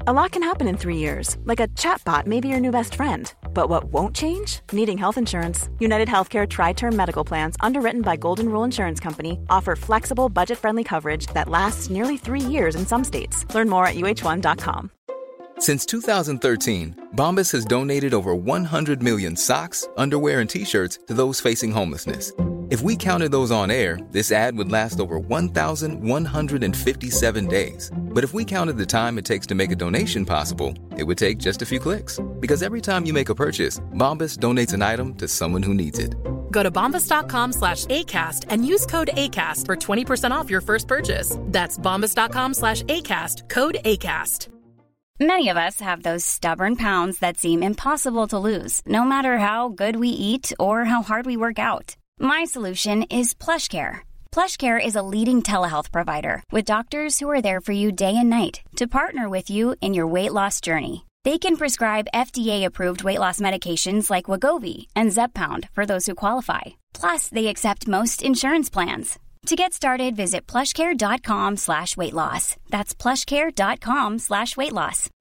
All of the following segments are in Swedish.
A lot can happen in 3 years, like a chatbot may be your new best friend. But what won't change? Needing health insurance. United Healthcare Tri-Term Medical Plans, underwritten by Golden Rule Insurance Company, offer flexible, budget-friendly coverage that lasts nearly 3 years in some states. Learn more at uh1.com. Since 2013, Bombas has donated over 100 million socks, underwear, and T-shirts to those facing homelessness. If we counted those on air, this ad would last over 1,157 days. But if we counted the time it takes to make a donation possible, it would take just a few clicks. Because every time you make a purchase, Bombas donates an item to someone who needs it. Go to bombas.com/ACAST and use code ACAST for 20% off your first purchase. That's bombas.com/ACAST, code ACAST. Many of us have those stubborn pounds that seem impossible to lose, no matter how good we eat or how hard we work out. My solution is PlushCare. PlushCare is a leading telehealth provider with doctors who are there for you day and night to partner with you in your weight loss journey. They can prescribe FDA-approved weight loss medications like Wegovy and Zepbound for those who qualify. Plus, they accept most insurance plans. To get started, visit plushcare.com/weightloss. That's plushcare.com/weightloss.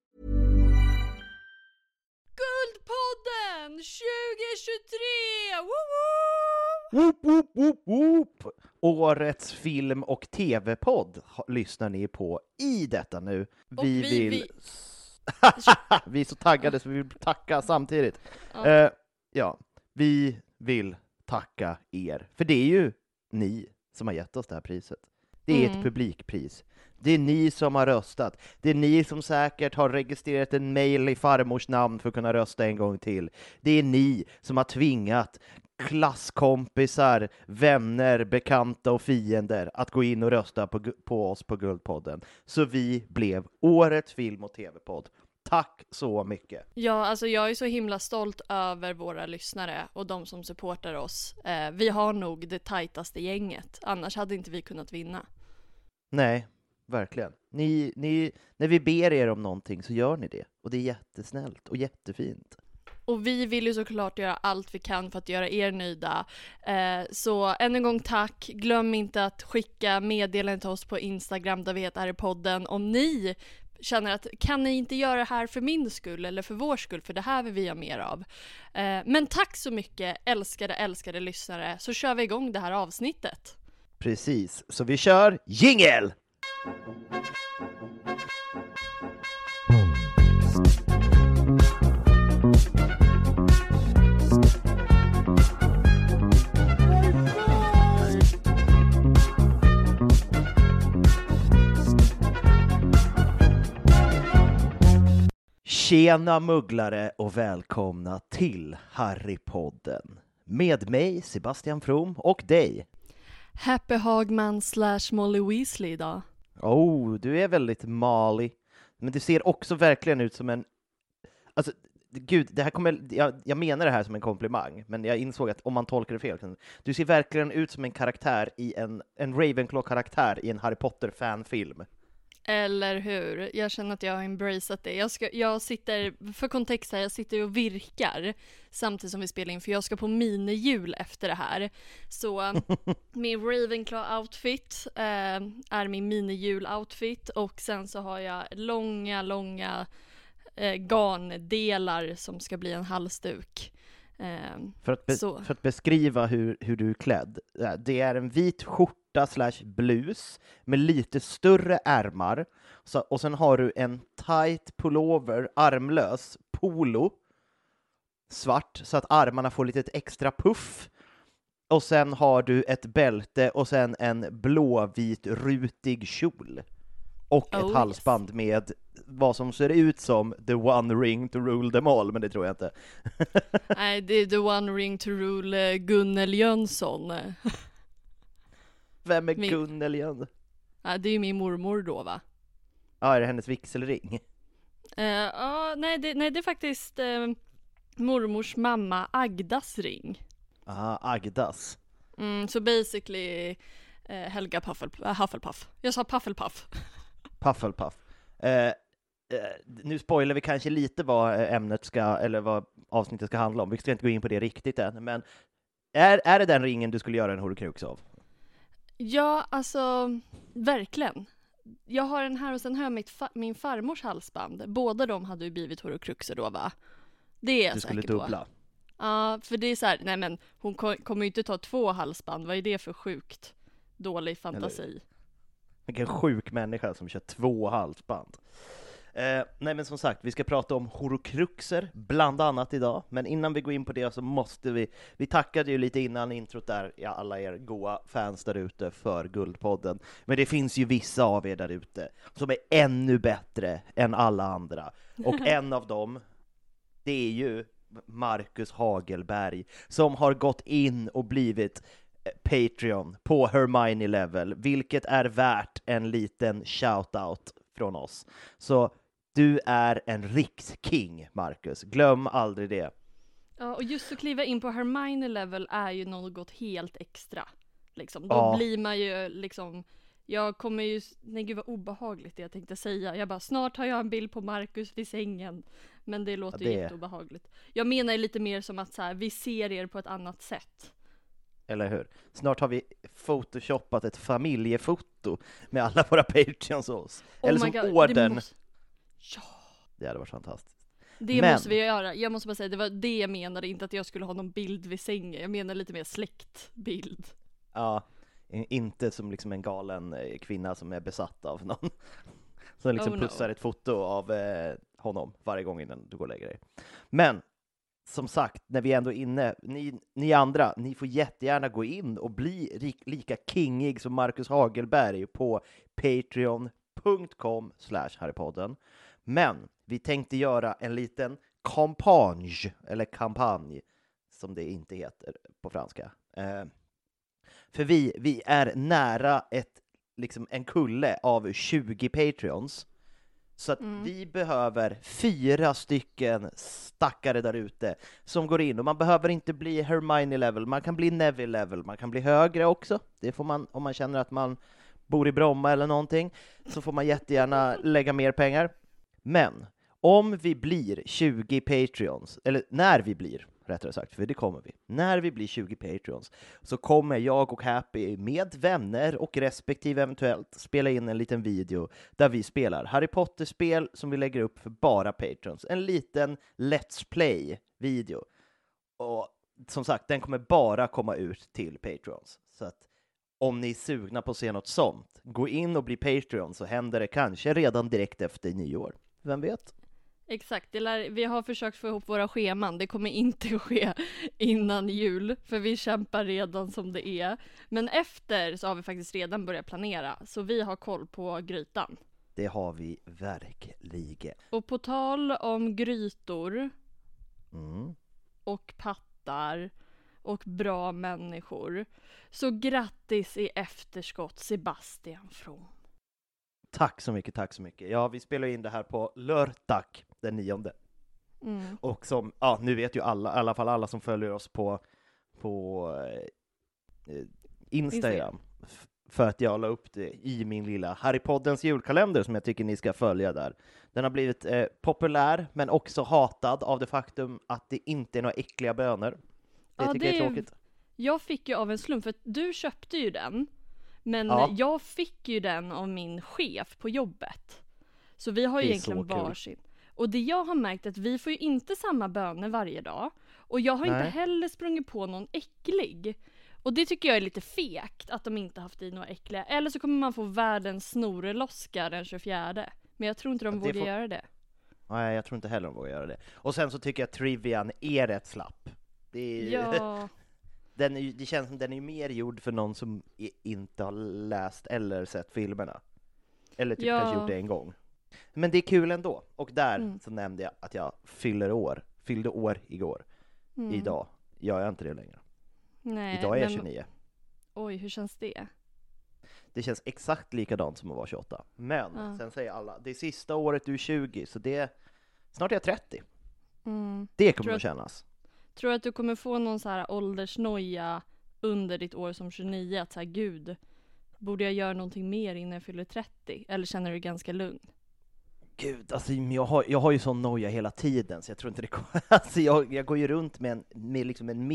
Guldpodden 2023! Woop, woop, woop, woop. Årets film- och tv-podd lyssnar ni på i detta nu. Vi vill... vi är så taggade så vi vill tacka samtidigt. Ja, vi vill tacka er. För det är ju ni som har gett oss det här priset. Det är ett publikpris. Det är ni som har röstat. Det är ni som säkert har registrerat en mail i farmors namn för att kunna rösta en gång till. Det är ni som har tvingat klasskompisar, vänner, bekanta och fiender att gå in och rösta på oss på Guldpodden. Så vi blev årets film- och tv-podd. Tack så mycket. Ja, alltså jag är så himla stolt över våra lyssnare och de som supportar oss. Vi har nog det tajtaste gänget. Annars hade inte vi kunnat vinna. Nej, verkligen. Ni, när vi ber er om någonting så gör ni det. Och det är jättesnällt och jättefint. Och vi vill ju såklart göra allt vi kan för att göra er nöjda. Så än en gång tack. Glöm inte att skicka meddelanden till oss på Instagram där vi heter Harrypodden. Om ni känner att kan ni inte göra det här för min skull eller för vår skull, för det här vill vi ha mer av. Men tack så mycket, älskade lyssnare. Så kör vi igång det här avsnittet. Precis, så vi kör jingle! Tjena mugglare och välkomna till Harrypodden. Med mig Sebastian From och dig. Happy Hagman / Molly Weasley idag. Oh, du är väldigt Molly. Men du ser också verkligen ut som en... Alltså, gud, det här kommer... jag menar det här som en komplimang, men jag insåg att om man tolkar det fel... Du ser verkligen ut som en karaktär i en Ravenclaw-karaktär i en Harry Potter-fanfilm. Eller hur? Jag känner att jag har embraceat det. Jag sitter, för kontext här, jag sitter och virkar samtidigt som vi spelar in, för jag ska på minijul efter det här. Så min Ravenclaw-outfit är min minijul-outfit, och sen så har jag långa garndelar som ska bli en halsduk. För att beskriva hur du är klädd. Det är en vit skjorta / blus med lite större ärmar. Och sen har du en tight pullover, armlös polo. Svart, så att armarna får lite extra puff. Och sen har du ett bälte och sen en blåvit rutig kjol. Och ett halsband med vad som ser ut som the one ring to rule them all, men det tror jag inte. Nej, det är the one ring to rule Gunnel Jönsson. Vem är Gunnel Jönsson? Ja, det är ju min mormor då, va? Ja, är det hennes vigselring? Nej, det är faktiskt mormors mamma Agdas ring. Agdas. Så basically Helga Hufflepuff. Jag sa Pufflepuff. Pufflepuff. Nu spoilar vi kanske lite vad ämnet ska, eller vad avsnittet ska handla om. Vi ska inte gå in på det riktigt än, men är det den ringen du skulle göra en Horcrux av? Ja, alltså verkligen. jag har den här och sen har jag min farmors halsband. Båda de hade ju blivit horocruxer då, va? Det är jag Du skulle säker på. dubbla. Ja, för det är så här, nej men hon kommer ju inte ta 2 halsband. Vad är det för sjukt dålig fantasi? Vilken sjuk människa som kör 2 halsband. Nej men som sagt, vi ska prata om horocruxer bland annat idag. Men innan vi går in på det så måste vi tackade ju lite innan introt där, ja, alla er goa fans där ute för Guldpodden. Men det finns ju vissa av er där ute som är ännu bättre än alla andra. Och en av dem, det är ju Marcus Hagelberg som har gått in och blivit Patreon på Hermione level, vilket är värt en liten shoutout från oss. Så du är en riksking, Marcus. Glöm aldrig det. Ja, och just att kliva in på Hermione level är ju något helt extra. Liksom. Då Ja. blir man ju liksom... Jag kommer ju... Nej gud vad obehagligt det jag tänkte säga. Jag bara, snart har jag en bild på Marcus vid sängen. Men det låter ju jätteobehagligt. Jag menar ju lite mer som att så här, vi ser er på ett annat sätt. Eller hur? Snart har vi photoshoppat ett familjefoto med alla våra Patreons hos oss. Eller som orden. Ja. Det hade varit fantastiskt. Det Men... måste vi göra. Jag måste bara säga, det var det jag menade. Inte att jag skulle ha någon bild vid sängen. Jag menar lite mer släktbild. Ja, inte som liksom en galen kvinna som är besatt av någon. Som liksom pussar ett foto av honom varje gång innan du går och lägger dig. Men som sagt, när vi ändå är inne, ni andra, ni får jättegärna gå in och bli lika kingig som Marcus Hagelberg på patreon.com/Harrypodden. Men vi tänkte göra en liten kampanj som det inte heter på franska. För vi är nära en kulle av 20 Patreons. Så att vi behöver 4 stycken stackare där ute som går in. Och man behöver inte bli Hermione level, man kan bli Neville level, man kan bli högre också. Det får man, om man känner att man bor i Bromma eller någonting, så får man jättegärna lägga mer pengar. Men om vi blir 20 Patreons, eller när vi blir, rättare sagt, för det kommer vi. När vi blir 20 Patreons så kommer jag och Happy med vänner och respektive eventuellt spela in en liten video där vi spelar Harry Potter-spel som vi lägger upp för bara Patreons. En liten Let's Play-video. Och som sagt, den kommer bara komma ut till Patreons. Så att om ni är sugna på att se något sånt, gå in och bli Patreon, så händer det kanske redan direkt efter nyår. Vem vet? Exakt, vi har försökt få ihop våra scheman. Det kommer inte att ske innan jul, för vi kämpar redan som det är. Men efter så har vi faktiskt redan börjat planera, så vi har koll på grytan. Det har vi verkligen. Och på tal om grytor och pattar och bra människor, så grattis i efterskott Sebastian From. Tack så mycket, tack så mycket. Ja, vi spelar in det här på lördag den 9. Och som, ja, nu vet ju alla, i alla fall alla som följer oss på Instagram. För att jag la upp det i min lilla Harrypoddens julkalender som jag tycker ni ska följa där. Den har blivit populär, men också hatad av det faktum att det inte är några äckliga bönor. Det tycker jag är tråkigt. Jag fick ju av en slump, för du köpte ju den. Men jag fick ju den av min chef på jobbet. Så vi har ju egentligen varsin. Och det jag har märkt är att vi får ju inte samma bönor varje dag. Och jag har inte heller sprungit på någon äcklig. Och det tycker jag är lite fegt, att de inte haft i några äckliga. Eller så kommer man få världens snorloska den 24. Men jag tror inte de vågar göra det. Nej, jag tror inte heller de vågar göra det. Och sen så tycker jag att trivian är rätt slapp. Det är... Ja... Det känns som den är mer gjord för någon som inte har läst eller sett filmerna. Eller typ kanske gjort det en gång. Men det är kul ändå. Och där så nämnde jag att jag fyllde år igår. Idag gör jag inte det längre. Nej, idag är jag 29. Oj, hur känns det? Det känns exakt likadant som att vara 28. Men sen säger alla, det är sista året du är 20, så snart är jag 30. Det kommer att kännas. Tror du att du kommer få någon så här åldersnoja under ditt år som 29? Att så här, gud, borde jag göra någonting mer innan jag fyller 30? Eller känner du dig ganska lugn? Gud, alltså jag har ju sån noja hela tiden, så jag tror inte det kommer... Alltså jag går ju runt med liksom en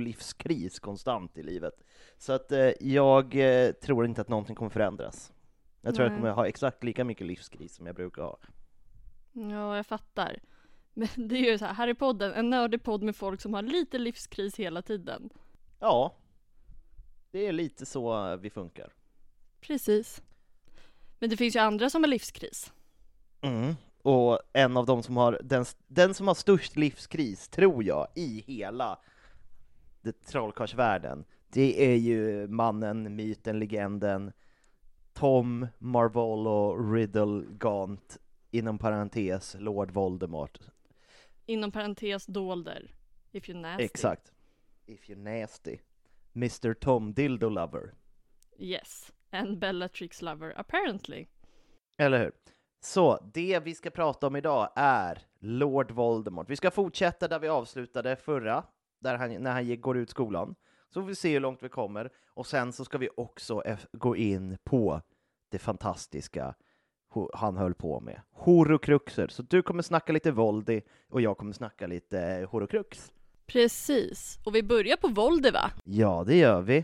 mikrolivskris konstant i livet. Så att jag tror inte att någonting kommer förändras. Jag tror jag kommer ha exakt lika mycket livskris som jag brukar ha. Ja, jag fattar. Men det är ju så här i podden, en nördig podd med folk som har lite livskris hela tiden. Ja, det är lite så vi funkar. Precis. Men det finns ju andra som har livskris. Och en av dem som har den som har störst livskris, tror jag, i hela trollkarlsvärlden, det är ju mannen, myten, legenden Tom Marvolo Riddle Gaunt, inom parentes Lord Voldemort. Inom parentes dolder. If you're nasty. Exakt. If you're nasty. Mr. Tom Dildo Lover. Yes. And Bellatrix Lover, apparently. Eller hur? Så, det vi ska prata om idag är Lord Voldemort. Vi ska fortsätta där vi avslutade förra, när han går ut skolan. Så får vi se hur långt vi kommer. Och sen så ska vi också gå in på det fantastiska han höll på med. Horcruxer. Så du kommer snacka lite Voldy och jag kommer snacka lite Horcrux. Precis. Och vi börjar på Voldy, va? Ja, det gör vi.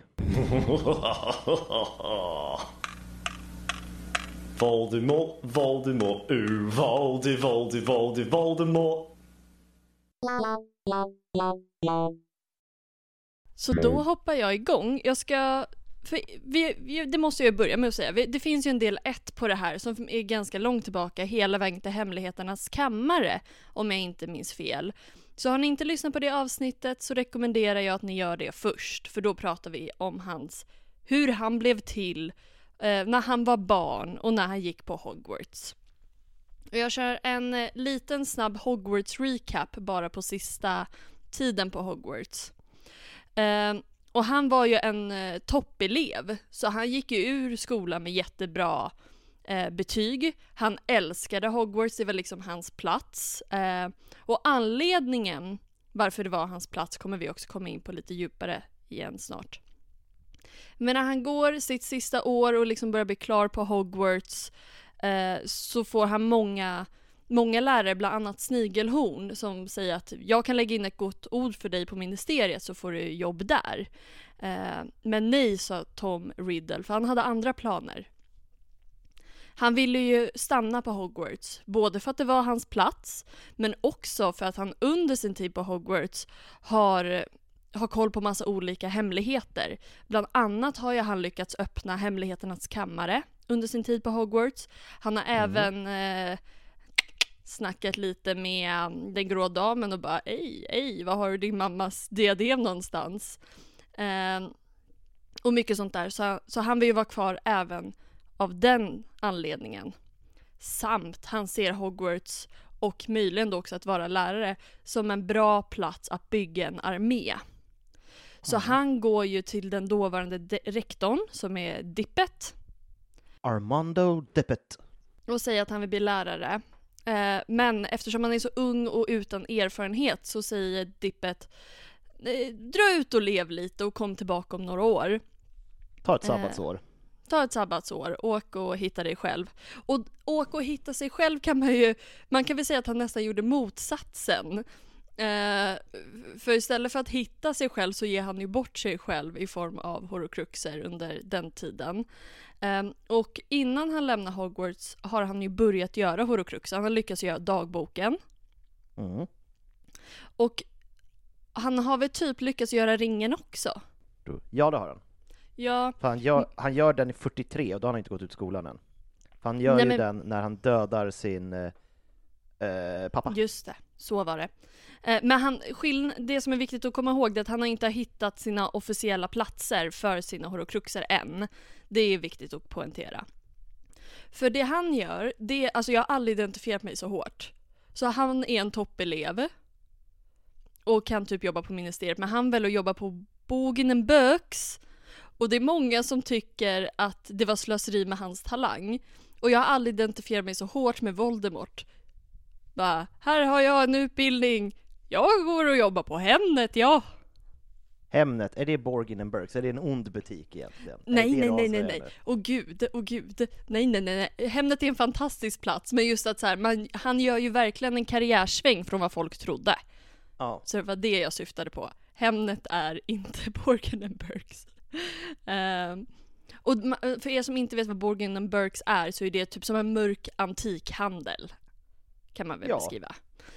Voldemort, Voldemort, Voldy, Voldy, Voldy, Voldemort. Så då hoppar jag igång. Jag ska... det måste jag börja med att säga. Det finns ju en del 1 på det här som är ganska långt tillbaka. Hela vägen till Hemligheternas kammare, om jag inte minns fel. Så har ni inte lyssnat på det avsnittet så rekommenderar jag att ni gör det först. För då pratar vi om hur han blev till när han var barn och när han gick på Hogwarts. Och jag kör en liten snabb Hogwarts-recap bara på sista tiden på Hogwarts. Och han var ju en toppelev, så han gick ju ur skolan med jättebra betyg. Han älskade Hogwarts, det var liksom hans plats. Och anledningen varför det var hans plats kommer vi också komma in på lite djupare igen snart. Men när han går sitt sista år och liksom börjar bli klar på Hogwarts så får han många lärare, bland annat Snigelhorn, som säger att jag kan lägga in ett gott ord för dig på ministeriet så får du jobb där. Men nej, sa Tom Riddle, för han hade andra planer. Han ville ju stanna på Hogwarts, både för att det var hans plats, men också för att han under sin tid på Hogwarts har koll på massa olika hemligheter. Bland annat har ju han lyckats öppna Hemligheternas kammare under sin tid på Hogwarts. Han har även snackat lite med den grå damen och bara ej, vad har du din mammas diadem någonstans? Och mycket sånt där. Så han vill ju vara kvar även av den anledningen. Samt han ser Hogwarts och möjligen då också att vara lärare som en bra plats att bygga en armé. Så han går ju till den dåvarande rektorn som är Dippet. Armando Dippet. Och säger att han vill bli lärare. Men eftersom han är så ung och utan erfarenhet så säger Dippet dra ut och lev lite och kom tillbaka om några år. Ta ett sabbatsår. Ta ett sabbatsår, åk och hitta dig själv. Och åk och hitta sig själv man kan väl säga att han nästan gjorde motsatsen. För istället för att hitta sig själv så ger han ju bort sig själv i form av horcruxer under den tiden. Och innan han lämnar Hogwarts har han ju börjat göra horcruxer. Han har lyckats göra dagboken. Och han har väl typ lyckats göra ringen också. Ja, det har han. Ja. Han gör den i 43 och då har han inte gått ut skolan än. För han gör den när han dödar sin pappa. Just det, så var det. Men det som är viktigt att komma ihåg är att han har inte hittat sina officiella platser för sina horcruxer än. Det är viktigt att poängtera. För det han gör, alltså jag har aldrig identifierat mig så hårt. Så han är en toppelev och kan typ jobba på ministeriet, men han väljer att jobba på Bogen and Books. Och det är många som tycker att det var slöseri med hans talang. Och jag har aldrig identifierat mig så hårt med Voldemort. Här har jag en utbildning. Jag går och jobbar på Hemnet, ja. Hemnet, är det Borgin and Burkes? Är det en ond butik egentligen? Nej. Åh gud. Nej. Hemnet är en fantastisk plats. Men just att så här, han gör ju verkligen en karriärsväng från vad folk trodde. Ja. Så det var det jag syftade på. Hemnet är inte Borgin and Burkes. Och för er som inte vet vad Borgin and Burkes är, så är det typ som en mörk antikhandel, kan man väl beskriva.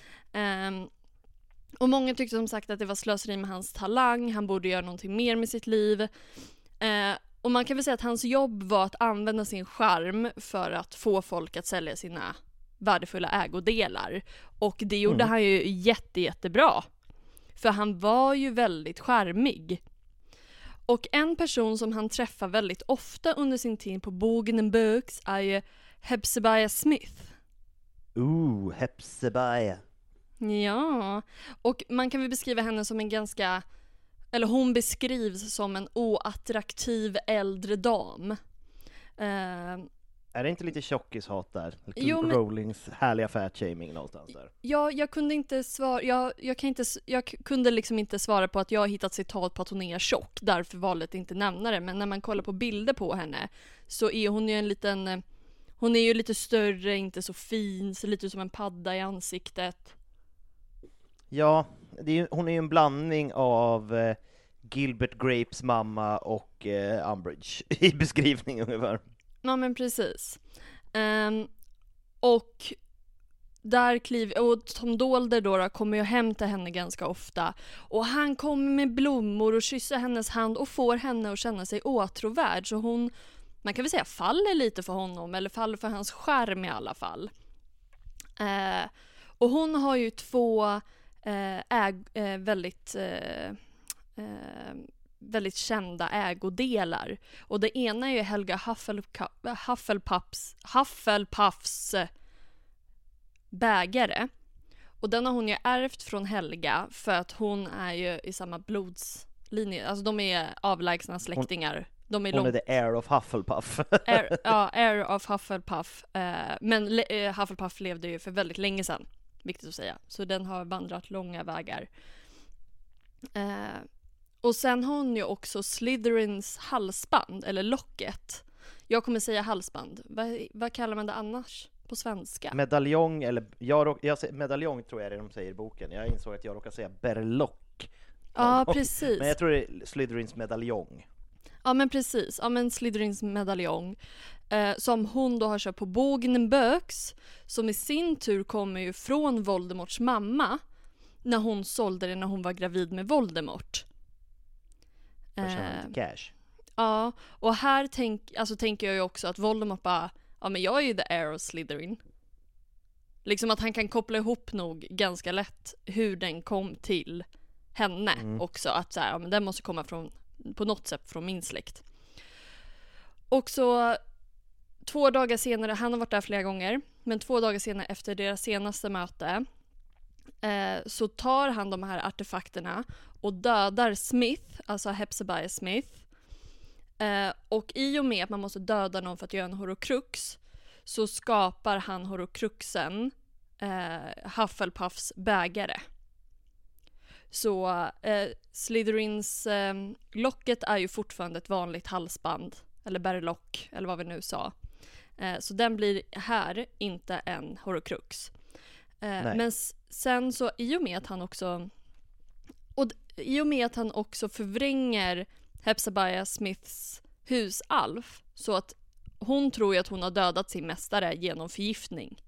Och många tyckte som sagt att det var slöseri med hans talang, han borde göra någonting mer med sitt liv. Och man kan väl säga att hans jobb var att använda sin charm för att få folk att sälja sina värdefulla ägodelar. Och det gjorde han ju jättebra. För han var ju väldigt charmig. Och en person som han träffar väldigt ofta under sin tid på Borgin and Burkes är ju Hepzebiah Smith. Hepzebiah. Ja, och man kan väl beskriva henne som en ganska, eller hon beskrivs som en oattraktiv äldre dam. Är det inte lite tjockishat där? Jo, men Rowlings härliga fatshaming någonstans där. Ja, jag kunde inte svara, jag kunde liksom inte svara på att jag har hittat citat på att hon är tjock, därför valet inte nämna det. Men när man kollar på bilder på henne så är hon ju en liten, hon är ju lite större, inte så fin, ser lite som en padda i ansiktet. Ja, hon är ju en blandning av Gilbert Grapes mamma och Umbridge i beskrivningen ungefär. Ja, men precis. Och där och Tom Dolder då kommer ju hem till henne ganska ofta. Och han kommer med blommor och kysser hennes hand och får henne att känna sig åtråvärd. Så hon, man kan väl säga, faller lite för honom, eller faller för hans charm i alla fall. Och hon har ju två väldigt kända ägodelar. Och det ena är ju Helga Hufflepuffs bägare. Och den har hon ju ärvt från Helga för att hon är ju i samma blodslinje. Alltså de är avlägsna släktingar. Hon är the heir of Hufflepuff. Heir of Hufflepuff. Men Hufflepuff levde ju för väldigt länge sedan, viktigt att säga. Så den har vandrat långa vägar. Och sen har hon ju också Slytherins halsband, eller locket. Jag kommer säga halsband. Vad kallar man det annars på svenska? Medaljong, eller medaljong tror jag det de säger i boken. Jag insåg att jag råkar säga berlock. Ja, precis. Men jag tror det är Slytherins medaljong. Ja, men precis. Ja, men Slytherins medaljong. Som hon då har köpt på Borgin and Burkes. Som i sin tur kommer ju från Voldemorts mamma. När hon sålde det när hon var gravid med Voldemort. Cash. Ja, och här tänker jag ju också att Voldemort bara, ja men jag är ju the heir of Slytherin. Liksom att han kan koppla ihop nog ganska lätt hur den kom till henne också. Att så här, ja, men den måste komma från, på något sätt från min släkt. Och så 2 dagar senare, han har varit där flera gånger, men 2 dagar senare efter deras senaste möte så tar han de här artefakterna och dödar Smith, alltså Hepzebiah Smith. Och i och med att man måste döda någon för att göra en horocrux så skapar han horocruxen Hufflepuffs bägare. Så Slytherins locket är ju fortfarande ett vanligt halsband, eller berlock, eller vad vi nu sa. Så den blir här inte en horocrux. Men sen så i och med att han också förvränger Hepzebiah Smiths husalf så att hon tror ju att hon har dödat sin mästare genom förgiftning.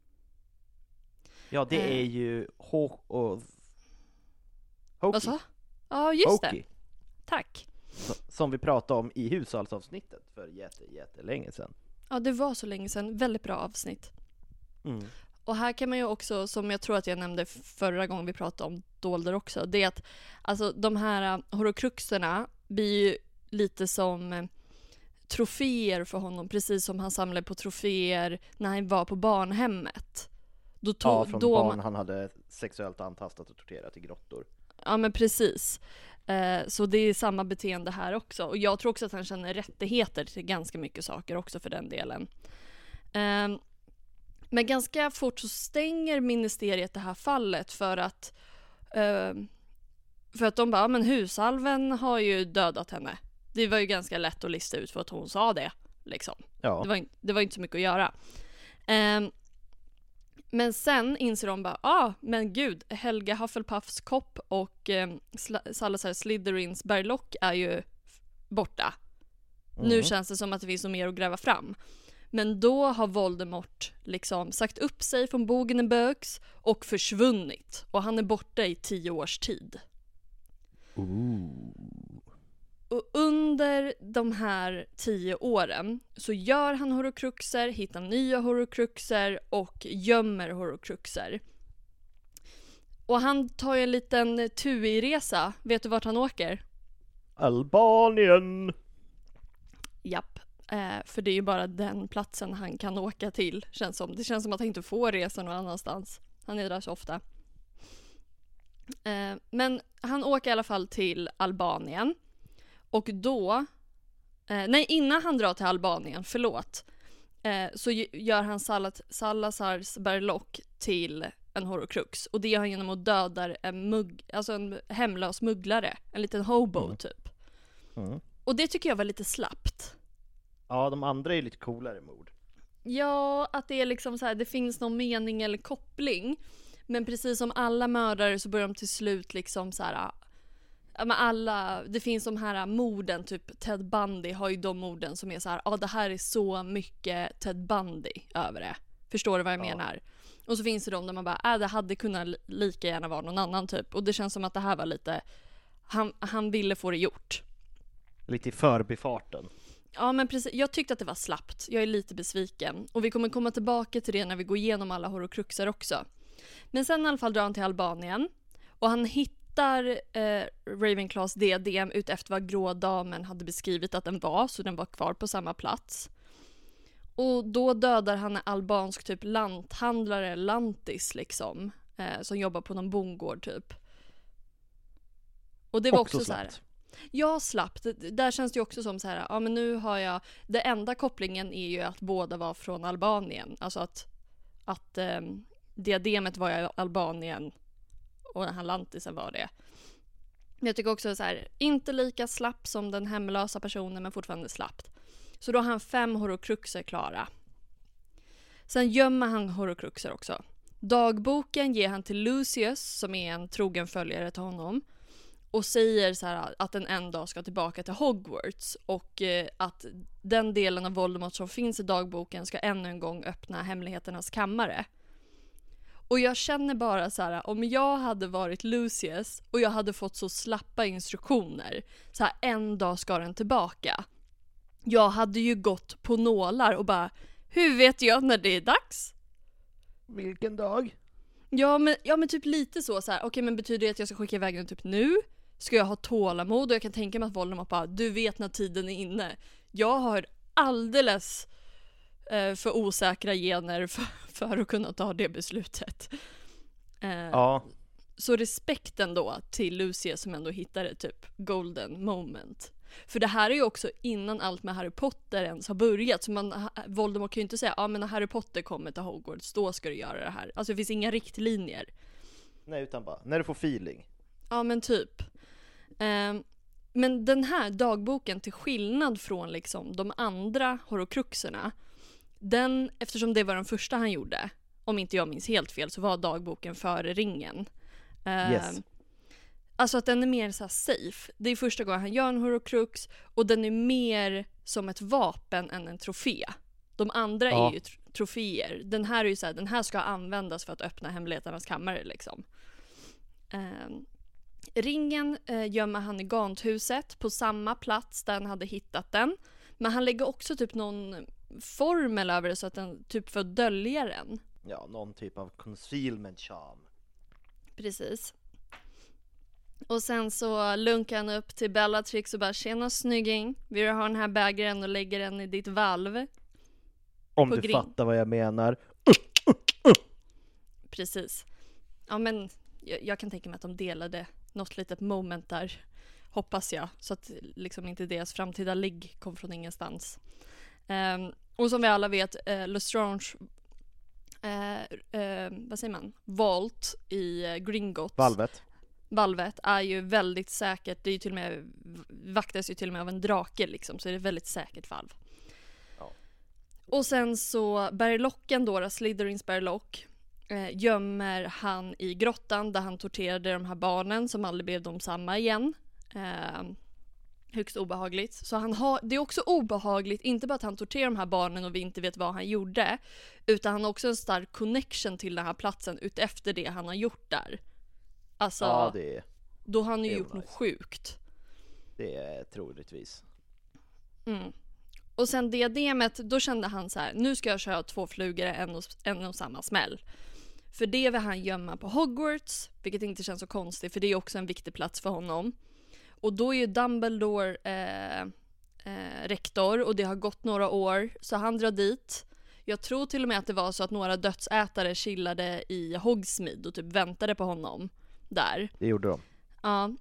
Ja, det är ju Hokey. Vad sa? Ja, just Hokey. Det. Tack. Som vi pratade om i hushållsavsnittet för jättelänge sedan. Ja, det var så länge sedan. Väldigt bra avsnitt. Och här kan man ju också, som jag tror att jag nämnde förra gången vi pratade om Dolder också, det är att alltså, de här horocruxerna blir ju lite som troféer för honom, precis som han samlade på troféer när han var på barnhemmet. Från barn han hade sexuellt antastat och torterat i grottor. Ja, men precis. Så det är samma beteende här också. Och jag tror också att han känner rättigheter till ganska mycket saker också för den delen. Men ganska fort så stänger ministeriet det här fallet för att de bara, men husalven har ju dödat henne. Det var ju ganska lätt att lista ut för att hon sa det. Liksom. Ja. Det var inte så mycket att göra. Men sen inser de bara, men gud, Helga Hufflepuffs kopp och Salazar Slytherins berlock är ju borta. Nu känns det som att det finns något mer att gräva fram. Men då har Voldemort liksom sagt upp sig från Bogen and Burkes och försvunnit. Och han är borta i 10 års tid. Och under de här 10 åren så gör han horcruxer, hittar nya horcruxer och gömmer horcruxer. Och han tar ju en liten TUI-resa. Vet du vart han åker? Albanien! Japp. För det är ju bara den platsen han kan åka till. Det känns som att han inte får resa någon annanstans. Han är där så ofta. Men han åker i alla fall till Albanien. Och då... innan han drar till Albanien, så gör han Salazars Berlock till en horcrux. Och det gör han genom att döda en hemlös smugglare. En liten hobo typ. Och det tycker jag var lite slappt. Ja, de andra är lite coolare mord. Ja, att det är liksom så här, det finns någon mening eller koppling. Men precis som alla mördare så börjar de till slut liksom så här... det finns de här morden, typ Ted Bundy har ju de morden som är så här, det här är så mycket Ted Bundy över det. Förstår du vad jag menar? Och så finns det de där man bara, det hade kunnat lika gärna vara någon annan typ. Och det känns som att det här var lite, han ville få det gjort. Lite i förbifarten. Ja, men precis. Jag tyckte att det var slappt. Jag är lite besviken. Och vi kommer komma tillbaka till det när vi går igenom alla horcruxer också. Men sen i alla fall drar han till Albanien. Och han hittar Ravenclaws diadem ut efter vad Grå damen hade beskrivit att den var. Så den var kvar på samma plats. Och då dödar han en albansk typ lanthandlare, lantis liksom. Som jobbar på någon bondgård typ. Och det var också så här... Jag slapp. Där känns det ju också som så här, men nu har jag... Det enda kopplingen är ju att båda var från Albanien. Alltså att diademet var i Albanien och den här lantisen var det. Jag tycker också så här, inte lika slapp som den hemlösa personen, men fortfarande slappt. Så då har han 5 horcruxer klara. Sen gömmer han horcruxer också. Dagboken ger han till Lucius, som är en trogen följare till honom. Och säger så här att den en dag ska tillbaka till Hogwarts. Och att den delen av Voldemort som finns i dagboken ska ännu en gång öppna hemligheternas kammare. Och jag känner bara så här, om jag hade varit Lucius och jag hade fått så slappa instruktioner. Så här, en dag ska den tillbaka. Jag hade ju gått på nålar och bara, hur vet jag när det är dags? Vilken dag? Ja men typ lite så här. Okej, men betyder det att jag ska skicka iväg den typ nu? Ska jag ha tålamod? Och jag kan tänka mig att Voldemort bara, du vet när tiden är inne. Jag har alldeles för osäkra gener för att kunna ta det beslutet. Ja. Så respekten då till Lucius som ändå hittade typ golden moment. För det här är ju också innan allt med Harry Potter ens har börjat. Så Voldemort kan ju inte säga, men när Harry Potter kommer till Hogwarts, då ska du göra det här. Alltså det finns inga riktlinjer. Nej, utan bara, när du får feeling. Ja, men typ. Men den här dagboken, till skillnad från liksom de andra horcruxerna, den, eftersom det var den första han gjorde, om inte jag minns helt fel, så var dagboken före ringen. Yes. Alltså att den är mer så här safe. Det är första gången han gör en horcrux och den är mer som ett vapen än en trofé. De andra är ju troféer. Den här är ju så här, den här ska användas för att öppna hemligheternas kammare liksom. Ringen gömmer han i Gaunthuset på samma plats där han hade hittat den. Men han lägger också typ någon formel över det så att den typ för att dölja den. Ja, någon typ av concealment charm. Precis. Och sen så lunkar han upp till Bellatrix och bara, tjena snygging, vill du ha den här bägaren och lägger den i ditt valv? Om du fattar vad jag menar. Precis. Ja, men jag kan tänka mig att de delade något litet moment där, hoppas jag. Så att liksom inte deras framtida ligg kom från ingenstans. Och som vi alla vet, Lestrange vad säger man? Vault i Gringotts. Valvet är ju väldigt säkert. Det är ju till och med, vaktas ju till och med av en drake liksom, så det är ett väldigt säkert valv. Ja. Och sen så Berlocken då, Slytherins Berlock, gömmer han i grottan där han torterade de här barnen som aldrig blev de samma igen. Högst obehagligt. Så det är också obehagligt, inte bara att han torterar de här barnen och vi inte vet vad han gjorde, utan han har också en stark connection till den här platsen utefter det han har gjort där. Alltså, Ja, då har han ju gjort något sjukt. Det är troligtvis. Och sen diademet, då kände han så här: nu ska jag köra 2 flugor en och samma smäll. För det vill han gömma på Hogwarts, vilket inte känns så konstigt, för det är också en viktig plats för honom. Och då är ju Dumbledore rektor, och det har gått några år, så han drar dit. Jag tror till och med att det var så att några dödsätare chillade i Hogsmeade och typ väntade på honom där. Det gjorde de. Ja.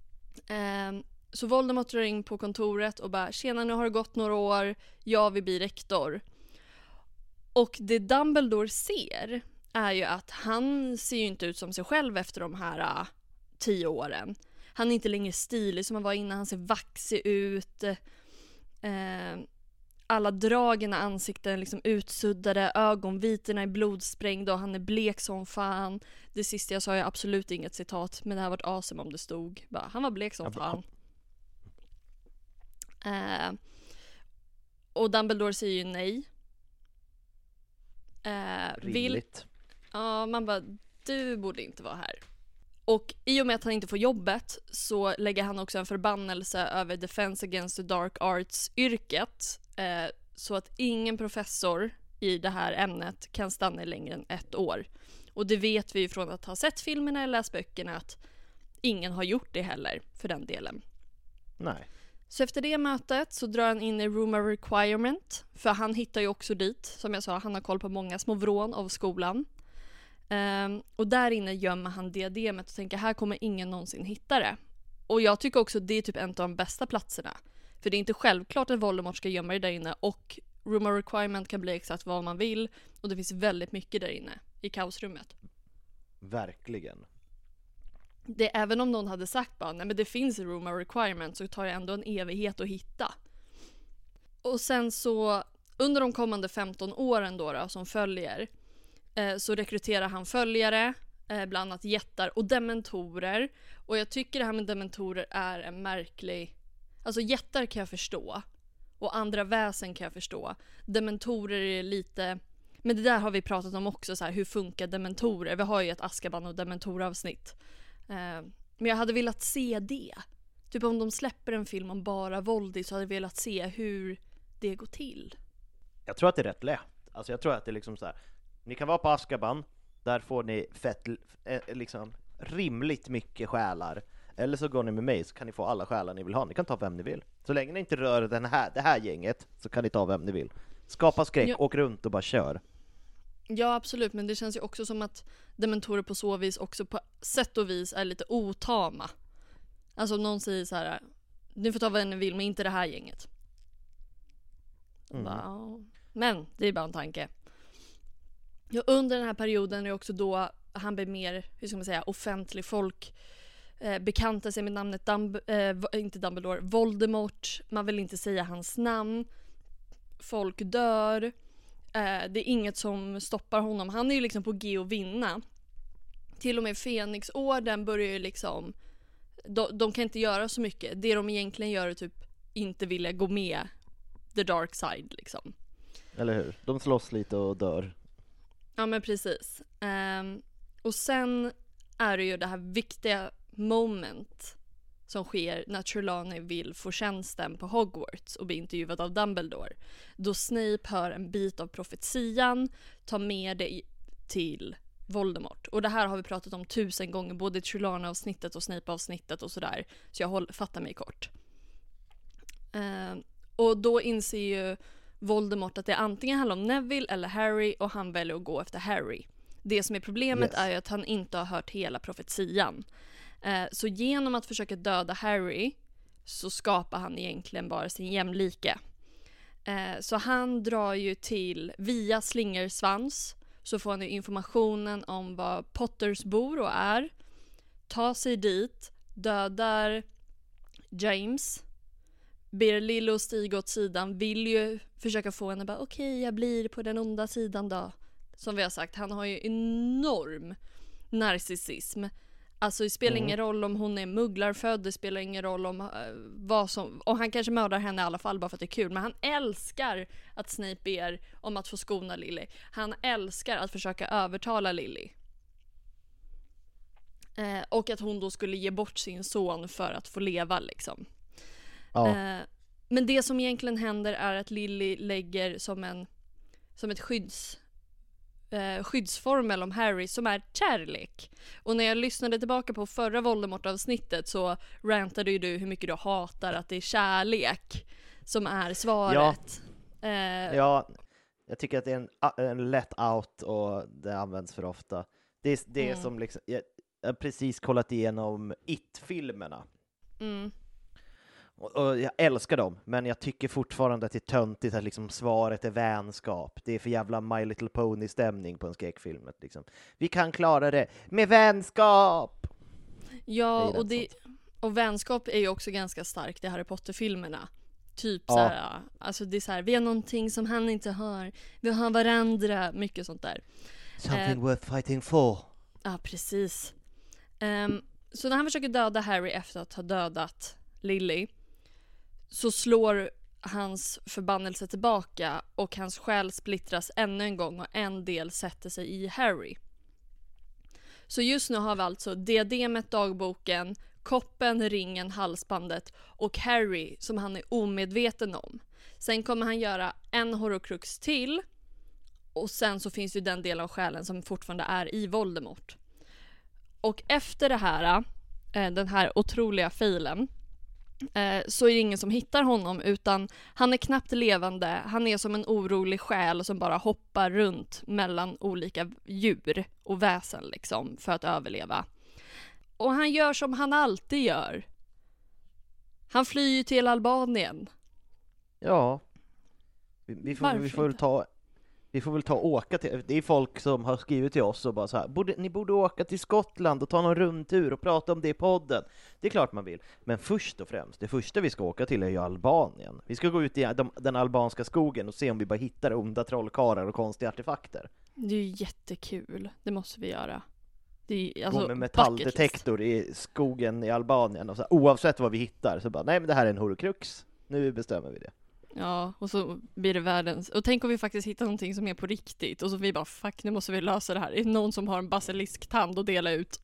Så Voldemort drar in på kontoret och bara: tjena, nu har det gått några år, jag vill bli rektor. Och det Dumbledore ser är ju att han ser ju inte ut som sig själv efter de här 10 åren. Han är inte längre stilig som han var innan, han ser vaxig ut. Alla dragen i ansikten är liksom utsuddade, ögonvitorna är blodsprängda och han är blek som fan. Det sista jag sa är absolut inget citat, men det här var ett awesome om det stod. Bara, han var blek som fan. Och Dumbledore säger ju nej. Rimligt. Ja, man bara, du borde inte vara här. Och i och med att han inte får jobbet så lägger han också en förbannelse över Defense Against the Dark Arts-yrket. Så att ingen professor i det här ämnet kan stanna längre än 1 år. Och det vet vi från att ha sett filmerna eller läst böckerna att ingen har gjort det heller för den delen. Nej. Så efter det mötet så drar han in i Room of Requirement. För han hittar ju också dit, som jag sa, han har koll på många små vrån av skolan. Och där inne gömmer han diademet och tänker: här kommer ingen någonsin hitta det. Och jag tycker också att det är typ en av de bästa platserna. För det är inte självklart att Voldemort ska gömma det där inne. Och Room of Requirement kan bli exakt vad man vill. Och det finns väldigt mycket där inne i kaosrummet. Verkligen. Det, även om någon hade sagt bara, nej men det finns Room of Requirement, så tar det ändå en evighet att hitta. Och sen så under de kommande 15 åren då som följer, så rekryterar han följare, bland annat jättar och dementorer. Och jag tycker det här med dementorer är en märklig... Alltså jättar kan jag förstå. Och andra väsen kan jag förstå. Dementorer är lite... Men det där har vi pratat om också, så här, hur funkar dementorer? Vi har ju ett Azkaban och dementoravsnitt. Men jag hade velat se det. Typ om de släpper en film om bara våld, så hade jag velat se hur det går till. Jag tror att det är rätt lätt. Alltså jag tror att det är liksom så här: ni kan vara på Azkaban, där får ni liksom rimligt mycket själar. Eller så går ni med mig, så kan ni få alla själar ni vill ha. Ni kan ta vem ni vill. Så länge ni inte rör det här gänget, så kan ni ta vem ni vill. Skapa skräck, åk runt och bara kör. Ja, absolut, men det känns ju också som att dementorer på så vis också på sätt och vis är lite otama. Alltså om någon säger så här: ni får ta vad ni vill, men inte det här gänget. Bara, men det är bara en tanke. Ja, under den här perioden är också då han blir mer, hur ska man säga, offentlig. Folk bekantar sig med namnet inte Dumbledore, Voldemort. Man vill inte säga hans namn. Folk dör. Det är inget som stoppar honom. Han är ju liksom på G att vinna. Till och med Fenixorden börjar ju liksom... De kan inte göra så mycket. Det de egentligen gör är typ inte vilja gå med the dark side liksom. Eller hur? De slåss lite och dör. Ja, men precis. Och sen är det ju det här viktiga moment som sker när Trelawney vill få tjänsten på Hogwarts och bli intervjuad av Dumbledore. Då Snape hör en bit av profetian, tar med det till Voldemort. Och det här har vi pratat om 1000 gånger, både i Trelawney-avsnittet och Snape-avsnittet och sådär. Så jag fattar mig kort. Och då inser ju Voldemort att det antingen handlar om Neville eller Harry, och han väljer att gå efter Harry. Det som är problemet är ju att han inte har hört hela profetian. Så genom att försöka döda Harry så skapar han egentligen bara sin jämlike. Så han drar ju till, via Slingersvans, så får han ju informationen om vad Potters bor och är. Tar sig dit, dödar James, ber Lilo stiga åt sidan, vill ju försöka få henne bara okej, jag blir på den onda sidan då. Som vi har sagt, han har ju enorm narcissism. Alltså det spelar ingen roll om hon är mugglarfödd, det spelar ingen roll om vad som... Och han kanske mördar henne i alla fall bara för att det är kul. Men han älskar att Snape ber om att få skona Lily. Han älskar att försöka övertala Lily. Och att hon då skulle ge bort sin son för att få leva liksom. Ja. Men det som egentligen händer är att Lily lägger som ett skyddsformel om Harry som är kärlek. Och när jag lyssnade tillbaka på förra Voldemort-avsnittet så rantade ju du hur mycket du hatar att det är kärlek som är svaret. Ja, jag tycker att det är en let out och det används för ofta. Det är som liksom, jag har precis kollat igenom It-filmerna. Och jag älskar dem, men jag tycker fortfarande att det är töntigt att liksom svaret är vänskap. Det är för jävla My Little Pony-stämning på en skräckfilm. Liksom. Vi kan klara det med vänskap! Ja, och vänskap är ju också ganska starkt i Harry Potter-filmerna. Typ såhär, alltså det är såhär, vi har någonting som han inte har. Vi har varandra, mycket sånt där. Something worth fighting for. Ja, precis. Så när han försöker döda Harry efter att ha dödat Lily så slår hans förbannelse tillbaka och hans själ splittras ännu en gång och en del sätter sig i Harry. Så just nu har vi alltså diademet, dagboken, koppen, ringen, halsbandet och Harry som han är omedveten om. Sen kommer han göra en horcrux till och sen så finns ju den del av själen som fortfarande är i Voldemort. Och efter det här, den här otroliga filen, så är det ingen som hittar honom utan han är knappt levande. Han är som en orolig själ som bara hoppar runt mellan olika djur och väsen liksom för att överleva. Och han gör som han alltid gör. Han flyr till Albanien. Ja. Vi får väl ta och åka till... Det är folk som har skrivit till oss och bara så här, ni borde åka till Skottland och ta någon rundtur och prata om det i podden. Det är klart man vill. Men först och främst, det första vi ska åka till är ju Albanien. Vi ska gå ut i den albanska skogen och se om vi bara hittar onda trollkarlar och konstiga artefakter. Det är ju jättekul. Det måste vi göra. Det är, alltså, gå med metalldetektor i skogen i Albanien och så här, oavsett vad vi hittar så bara, nej men det här är en horcrux. Nu bestämmer vi det. Ja, och så blir det världens... Och tänk om vi faktiskt hittar någonting som är på riktigt. Och så vi bara, fuck, nu måste vi lösa det här. Det är någon som har en basilisk-tand att dela ut.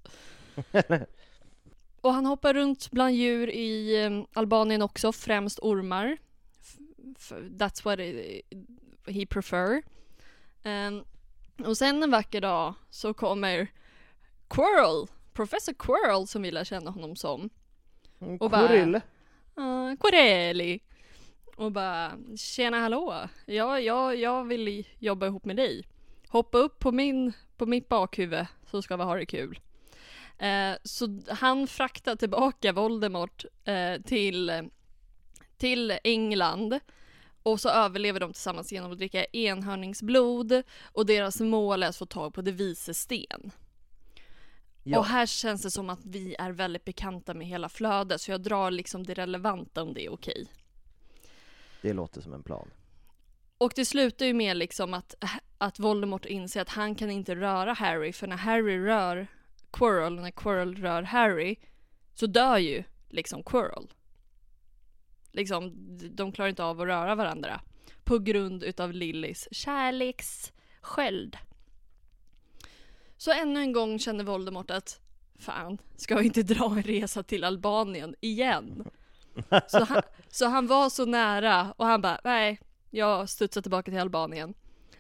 Och han hoppar runt bland djur i Albanien också. Främst ormar. That's what he prefer. Och sen en vacker dag så kommer Quirrell. Professor Quirrell som vi lär känna honom som. Och Quirrell? Quirrelli. Och bara, tjena hallå, jag vill jobba ihop med dig. Hoppa upp på mitt bakhuvud så ska vi ha det kul. Så han fraktar tillbaka Voldemort till England. Och så överlever de tillsammans genom att dricka enhörningsblod. Och deras mål är att få tag på det vises sten. Ja. Och här känns det som att vi är väldigt bekanta med hela flödet. Så jag drar liksom det relevanta om det är okej. Det låter som en plan. Och det slutar ju med liksom att Voldemort inser att han kan inte röra Harry. För när Harry rör Quirrell, när Quirrell rör Harry, så dör ju liksom Quirrell. Liksom, de klarar inte av att röra varandra. På grund utav Lillys kärlekssköld. Så ännu en gång känner Voldemort att fan, ska vi inte dra en resa till Albanien igen? Så han var så nära och han bara, nej, jag studsar tillbaka till Albanien.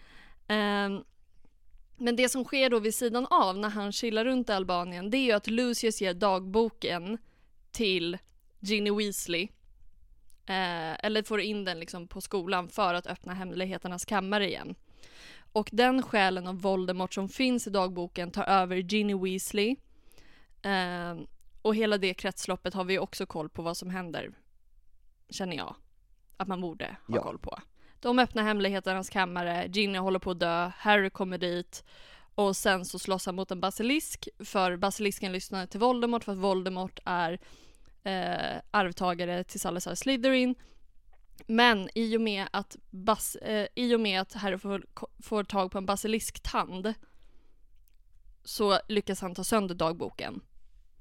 Men det som sker då vid sidan av när han chillar runt i Albanien, det är ju att Lucius ger dagboken till Ginny Weasley. Eller får in den liksom på skolan för att öppna hemligheternas kammare igen. Och den själen av Voldemort som finns i dagboken tar över Ginny Weasley. Och hela det kretsloppet har vi också koll på vad som händer, känner jag. Att man borde ha koll på. De öppnar hemligheternas kammare, Ginny håller på att dö, Harry kommer dit. Och sen så slåss han mot en basilisk. För basilisken lyssnar till Voldemort för att Voldemort är arvtagare till Salazar Slytherin. Men i och med att Harry får tag på en basilisk tand så lyckas han ta sönder dagboken.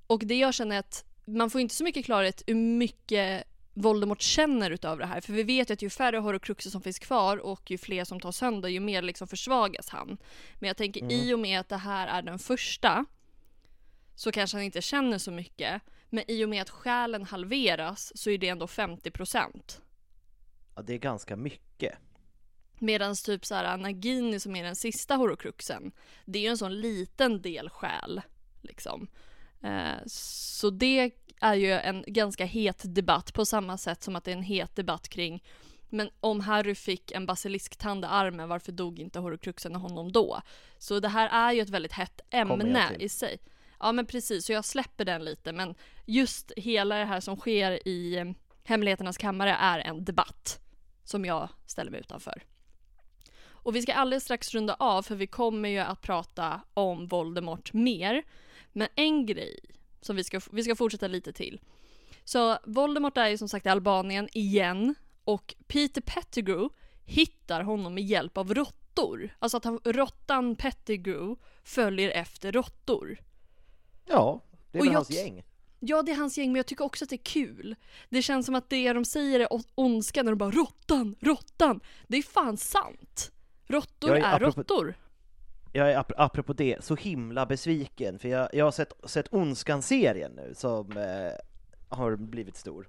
Och det jag känner att man får inte så mycket klarhet hur mycket Voldemort känner utav det här. För vi vet ju att ju färre horcruxer som finns kvar och ju fler som tar sönder, ju mer liksom försvagas han. Men jag tänker i och med att det här är den första så kanske han inte känner så mycket. Men i och med att själen halveras så är det ändå 50%. Ja, det är ganska mycket. Medan typ så här Nagini som är den sista horcruxen, det är ju en sån liten del själ liksom. Så det är ju en ganska het debatt på samma sätt som att det är en het debatt kring men om Harry fick en basilisk-tand i armen, varför dog inte horcruxen av honom då? Så det här är ju ett väldigt hett ämne i sig. Ja men precis, så jag släpper den lite, men just hela det här som sker i Hemligheternas kammare är en debatt som jag ställer mig utanför. Och vi ska alldeles strax runda av för vi kommer ju att prata om Voldemort mer. Men en grej som vi ska fortsätta lite till. Så Voldemort är ju som sagt i Albanien igen och Peter Pettigrew hittar honom med hjälp av råttor. Alltså att råttan Pettigrew följer efter råttor. Ja, det är väl hans gäng. Ja, det är hans gäng, men jag tycker också att det är kul. Det känns som att det de säger är ondska när de bara råttan. Det är fan sant. Råttor är råttor. Jag är apropå det så himla besviken för jag har sett Ondskan-serien nu som har blivit stor.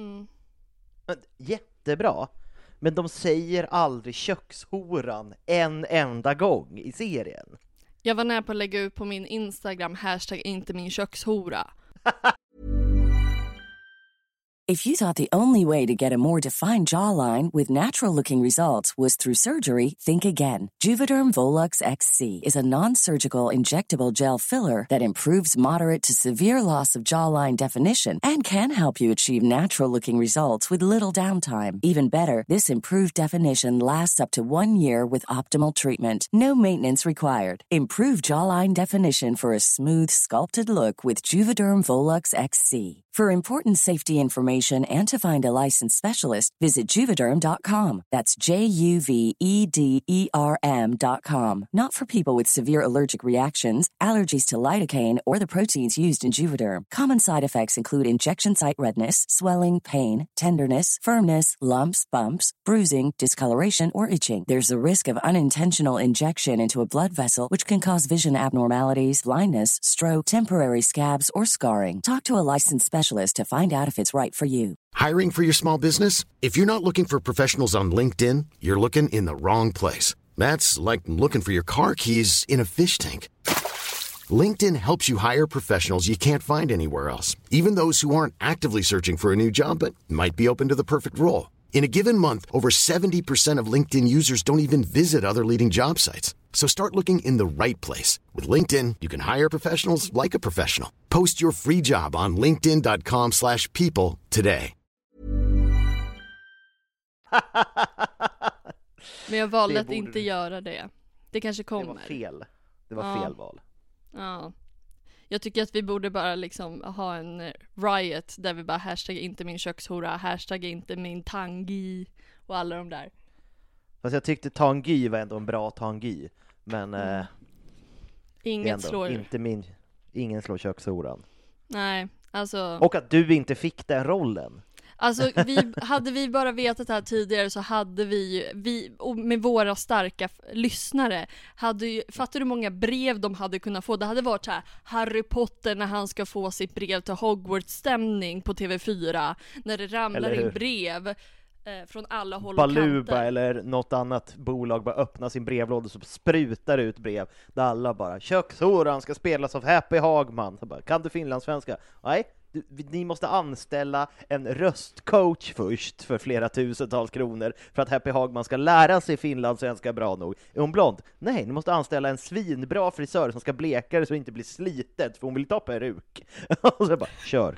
Jättebra. Men de säger aldrig kökshoran en enda gång i serien. Jag var nära på att lägga ut på min Instagram #inte-min-kökshora. If you thought the only way to get a more defined jawline with natural-looking results was through surgery, think again. Juvederm Volux XC is a non-surgical injectable gel filler that improves moderate to severe loss of jawline definition and can help you achieve natural-looking results with little downtime. Even better, this improved definition lasts up to 1 year with optimal treatment. No maintenance required. Improve jawline definition for a smooth, sculpted look with Juvederm Volux XC. For important safety information and to find a licensed specialist, visit Juvederm.com. That's JUVEDERM.com. Not for people with severe allergic reactions, allergies to lidocaine, or the proteins used in Juvederm. Common side effects include injection site redness, swelling, pain, tenderness, firmness, lumps, bumps, bruising, discoloration, or itching. There's a risk of unintentional injection into a blood vessel, which can cause vision abnormalities, blindness, stroke, temporary scabs, or scarring. Talk to a licensed specialist to find out if it's right for you. Hiring for your small business? If you're not looking for professionals on LinkedIn, you're looking in the wrong place. That's like looking for your car keys in a fish tank. LinkedIn helps you hire professionals you can't find anywhere else, even those who aren't actively searching for a new job but might be open to the perfect role. In a given month, over 70% of LinkedIn users don't even visit other leading job sites. So start looking in the right place. With LinkedIn, you can hire professionals like a professional. Post your free job on linkedin.com/people today. Men jag valde att inte göra det. Det kanske kommer. Det var fel. Det var fel val. Ja. Jag tycker att vi borde bara liksom ha en riot där vi bara #inte min kökshora, #inte min tangi och alla de där. Fast jag tyckte tangi var ändå en bra tangi. Men ingen slår kökshoran. Nej, alltså. Och att du inte fick den rollen. Alltså hade vi bara vetat det här tidigare så hade vi och med våra starka lyssnare fattar du hur många brev de hade kunnat få. Det hade varit så här Harry Potter när han ska få sitt brev till Hogwarts-stämning på TV4 när det ramlar in brev från alla håll och kanter. Baluba eller något annat bolag bara öppnar sin brevlåda och så sprutar ut brev där alla bara kökshoran ska spelas av Happy Hagman. Så bara, kan du finlandssvenska? Nej. Ni måste anställa en röstcoach först för flera tusentals kronor för att Happy Hagman ska lära sig finlandssvenska bra nog. Är hon blond? Nej, ni måste anställa en svinbra frisör som ska bleka det så det inte blir slitet för hon vill ta peruk. Och så bara, kör.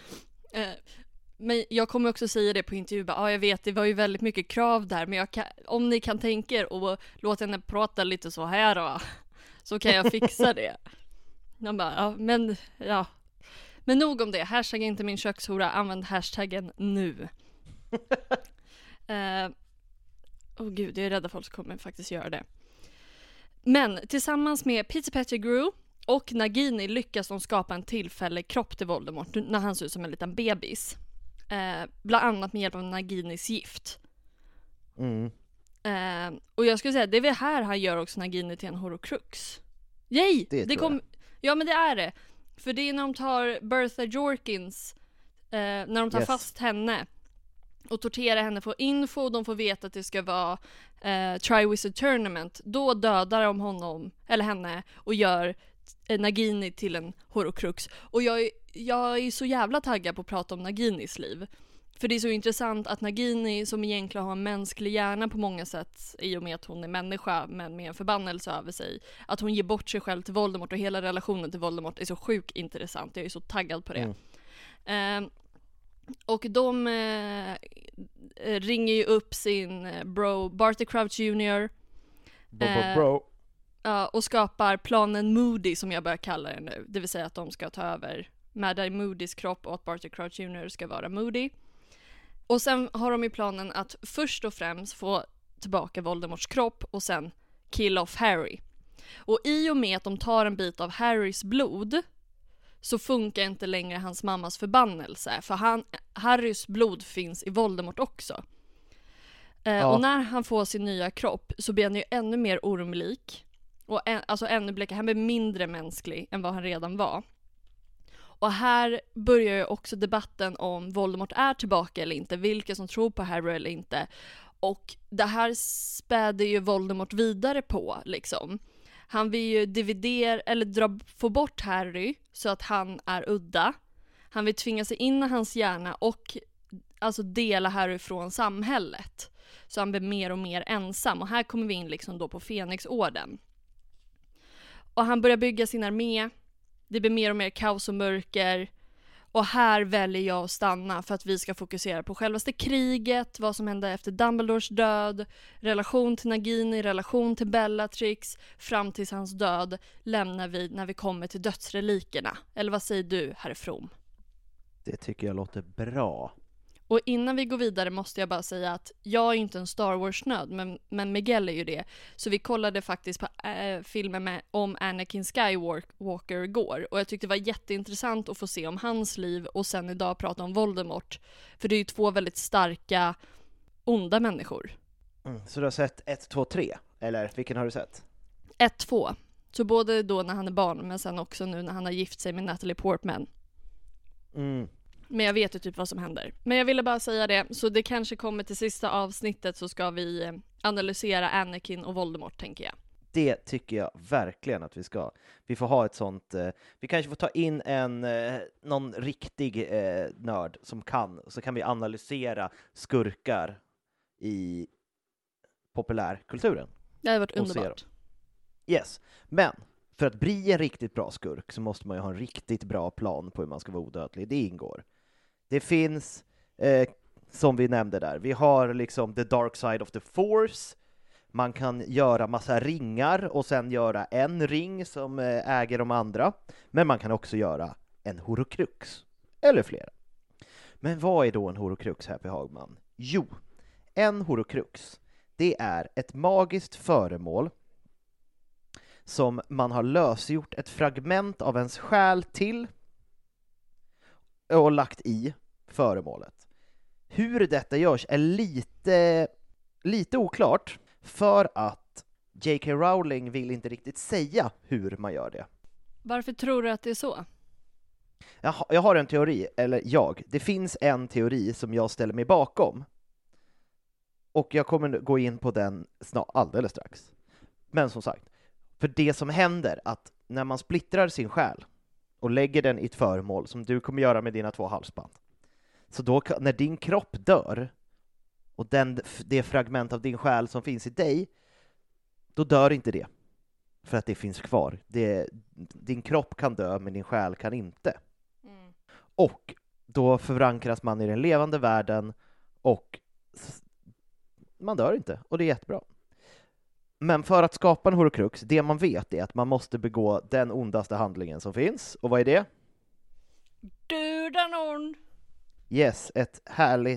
Men jag kommer också säga det på intervju. Ja, jag vet, det var ju väldigt mycket krav där. Men om ni kan tänka er och låta henne prata lite så här då, så kan jag fixa det. Jag bara, ja. Men nog om det. #inte min kökshora. Använd hashtaggen nu. Gud, jag är rädd att folk kommer faktiskt göra det. Men tillsammans med Peter Pettigrew och Nagini lyckas de skapa en tillfällig kropp till Voldemort när han ser ut som en liten bebis. Bland annat med hjälp av Naginis gift. Och jag skulle säga, det är väl här han gör också Nagini till en Horcrux. Yay! Ja, men det är det. För det är när de tar Bertha Jorkins, när de tar fast henne och torterar henne, får info och de får veta att det ska vara Triwizard Tournament. Då dödar de honom, eller henne, och gör Nagini till en Horcrux. Och jag är så jävla taggad på att prata om Naginis liv. För det är så intressant att Nagini, som egentligen har en mänsklig hjärna på många sätt i och med att hon är människa men med en förbannelse över sig, att hon ger bort sig själv till Voldemort och hela relationen till Voldemort är så sjukt intressant. Jag är så taggad på det. Och de ringer ju upp sin bro Barty Crouch Jr. Och skapar planen Moody, som jag börjar kalla det nu. Det vill säga att de ska ta över Mad-Eye Moodys kropp och att Barty Crouch Jr. ska vara Moody. Och sen har de i planen att först och främst få tillbaka Voldemorts kropp och sen kill off Harry. Och i och med att de tar en bit av Harrys blod så funkar inte längre hans mammas förbannelse. För Harrys blod finns i Voldemort också. Och när han får sin nya kropp så blir han ju ännu mer ormlik. Och ännu blekare. Han blir mindre mänsklig än vad han redan var. Och här börjar ju också debatten om Voldemort är tillbaka eller inte. Vilka som tror på Harry eller inte. Och det här späder ju Voldemort vidare på liksom. Han vill ju dividera eller få bort Harry så att han är udda. Han vill tvinga sig in i hans hjärna och alltså dela Harry från samhället. Så han blir mer och mer ensam. Och här kommer vi in liksom då på Fenixorden. Och han börjar bygga sin armé. Det blir mer och mer kaos och mörker. Och här väljer jag att stanna för att vi ska fokusera på självaste kriget, vad som hände efter Dumbledores död, relation till Nagini, relation till Bellatrix, fram till hans död lämnar vi när vi kommer till dödsrelikerna. Eller vad säger du, herr From? Det tycker jag låter bra. Och innan vi går vidare måste jag bara säga att jag är inte en Star Wars-nörd, men Miguel är ju det. Så vi kollade faktiskt på filmen om Anakin Skywalker igår. Och jag tyckte det var jätteintressant att få se om hans liv och sen idag prata om Voldemort. För det är ju två väldigt starka, onda människor. Så du har sett 1, 2, 3? Eller vilken har du sett? 1, 2. Så både då när han är barn men sen också nu när han har gift sig med Natalie Portman. Men jag vet ju typ vad som händer. Men jag ville bara säga det. Så det kanske kommer till sista avsnittet så ska vi analysera Anakin och Voldemort, tänker jag. Det tycker jag verkligen att vi ska. Vi får ha ett sånt... vi kanske får ta in någon riktig nörd som kan. Så kan vi analysera skurkar i populärkulturen. Det hade varit underbart. Yes. Men för att bli en riktigt bra skurk så måste man ju ha en riktigt bra plan på hur man ska vara odödlig. Det ingår. Det finns, som vi nämnde där, vi har liksom the dark side of the force. Man kan göra massa ringar och sen göra en ring som äger de andra. Men man kan också göra en Horcrux. Eller flera. Men vad är då en Horcrux, Happy Hagman? Jo, en Horcrux, det är ett magiskt föremål som man har lösgjort ett fragment av ens själ till och lagt i föremålet. Hur detta görs är lite oklart för att J.K. Rowling vill inte riktigt säga hur man gör det. Varför tror du att det är så? Jag har en teori, det finns en teori som jag ställer mig bakom. Och jag kommer gå in på den alldeles strax. Men som sagt, för det som händer att när man splittrar sin själ och lägger den i ett föremål som du kommer göra med dina 2 halsband. Så då när din kropp dör och det fragment av din själ som finns i dig, då dör inte det. För att det finns kvar. Din kropp kan dö men din själ kan inte. Och då förankras man i den levande världen och man dör inte. Och det är jättebra. Men för att skapa en Horcrux, det man vet är att man måste begå den ondaste handlingen som finns. Och vad är det? Döda någon! Yes, ett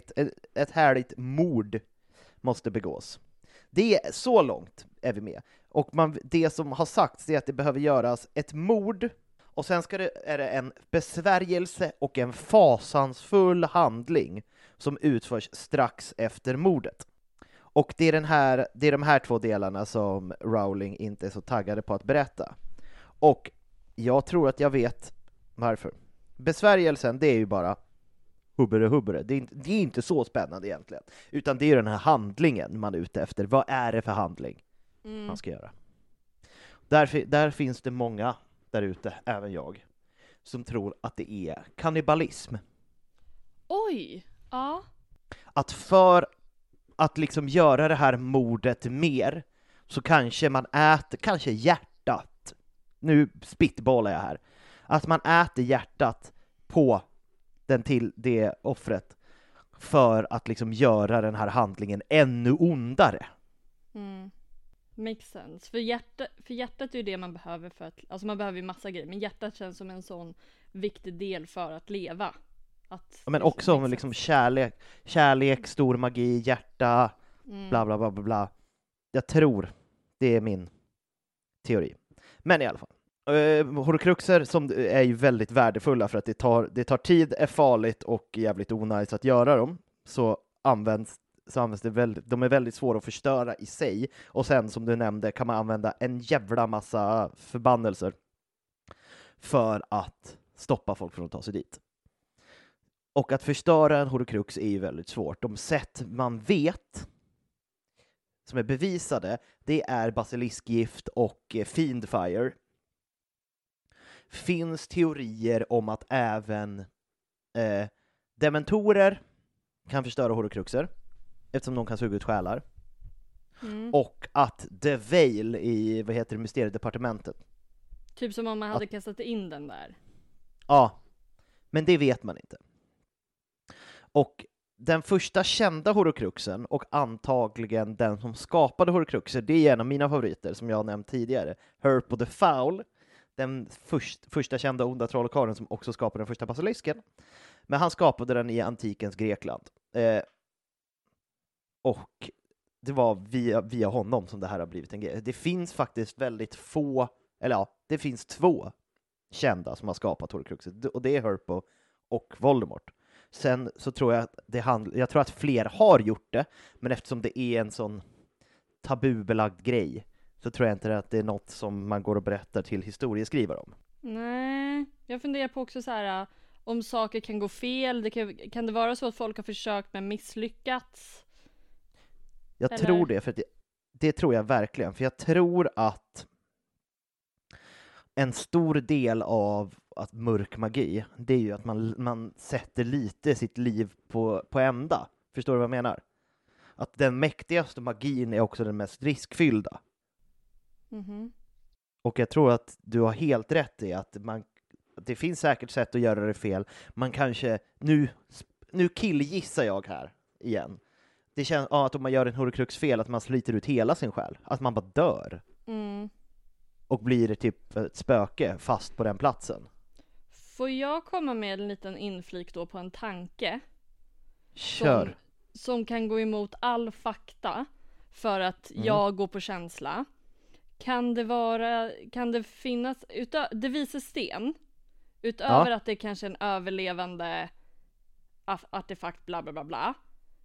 härligt mord måste begås. Det är så långt är vi med. Och det som har sagts är att det behöver göras ett mord, och sen är det en besvärjelse och en fasansfull handling som utförs strax efter mordet. Och det är de här två delarna som Rowling inte är så taggade på att berätta. Och jag tror att jag vet varför. Besvärjelsen, det är ju bara hubbere. Det är inte så spännande egentligen. Utan det är den här handlingen man är ute efter. Vad är det för handling man ska göra? Där finns det många där ute, även jag, som tror att det är kannibalism. Oj! Ja. Att för att liksom göra det här mordet mer, så kanske man äter hjärtat. Nu spitballar jag här. Att man äter hjärtat på till det offret för att liksom göra den här handlingen ännu ondare. Makes sense. För hjärtat är ju det man behöver för att, alltså man behöver ju massa grejer, men hjärtat känns som en sån viktig del för att leva. Men också om liksom kärlek, stor magi, hjärta, bla bla bla bla. Jag tror det är min teori. Men i alla fall. Horcruxer som är ju väldigt värdefulla för att det tar tid, är farligt och jävligt onajs att göra dem. Så används det väldigt, de är väldigt svåra att förstöra i sig. Och sen som du nämnde kan man använda en jävla massa förbannelser för att stoppa folk från att ta sig dit. Och att förstöra en horcrux är ju väldigt svårt. De sätt man vet som är bevisade, det är basiliskgift och fiendfire. Finns teorier om att även dementorer kan förstöra horcruxer eftersom de kan suga ut själar. Och att The Veil i, mysteriedepartementet. Typ som om man hade kastat in den där. Ja, men det vet man inte. Och den första kända horcruxen, och antagligen den som skapade horcruxer, det är en av mina favoriter som jag har nämnt tidigare. Herpo the Foul. Den första kända onda trollkarlen som också skapade den första basilisken. Men han skapade den i antikens Grekland. Och det var via honom som det här har blivit en grej. Det finns faktiskt väldigt få, det finns 2 kända som har skapat horcruxer. Och det är Herpo och Voldemort. Sen så tror jag att jag tror att fler har gjort det, men eftersom det är en sån tabubelagd grej så tror jag inte att det är något som man går och berättar till historieskrivare om. Nej, jag funderar på också så här, om saker kan gå fel. Kan det vara så att folk har försökt men misslyckats? Jag tror det, för det tror jag verkligen. För jag tror att en stor del av att mörk magi, det är ju att man sätter lite sitt liv på ända. Förstår du vad jag menar? Att den mäktigaste magin är också den mest riskfyllda. Och jag tror att du har helt rätt i att det finns säkert sätt att göra det fel. Man kanske, nu killgissar jag här igen. Det känns att om man gör en horcrux fel, att man sliter ut hela sin själ. Att man bara dör. Och blir typ ett spöke fast på den platsen. Får jag komma med en liten inflik då på en tanke? Kör. Som kan gå emot all fakta för att jag går på känsla. Kan det finnas det visar sten utöver att det är kanske en överlevande artefakt bla bla bla bla,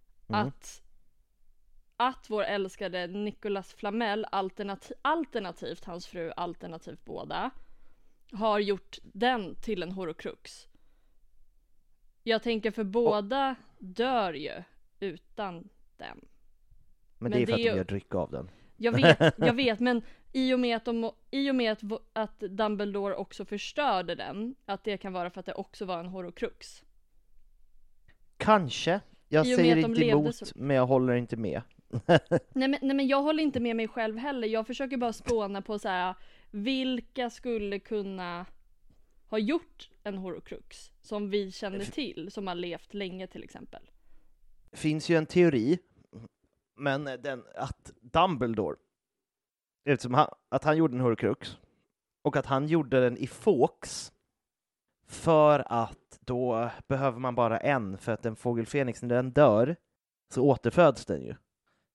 att vår älskade Nicolas Flamel alternativt hans fru alternativt båda har gjort den till en horcrux. Jag tänker för båda dör ju utan den. Men det är för att de gör dryck av den. Jag vet, men i och med att Dumbledore också förstörde den, att det kan vara för att det också var en horcrux. Kanske. Jag säger inte emot, men jag håller inte med. nej men jag håller inte med mig själv heller. Jag försöker bara spåna på så här, vilka skulle kunna ha gjort en horcrux som vi känner till, som har levt länge till exempel. Det finns ju en teori, men att Dumbledore, eftersom att han gjorde en horcrux och att han gjorde den i Fawkes, för att då behöver man bara en, för att en fågelfenix när den dör så återföds den ju.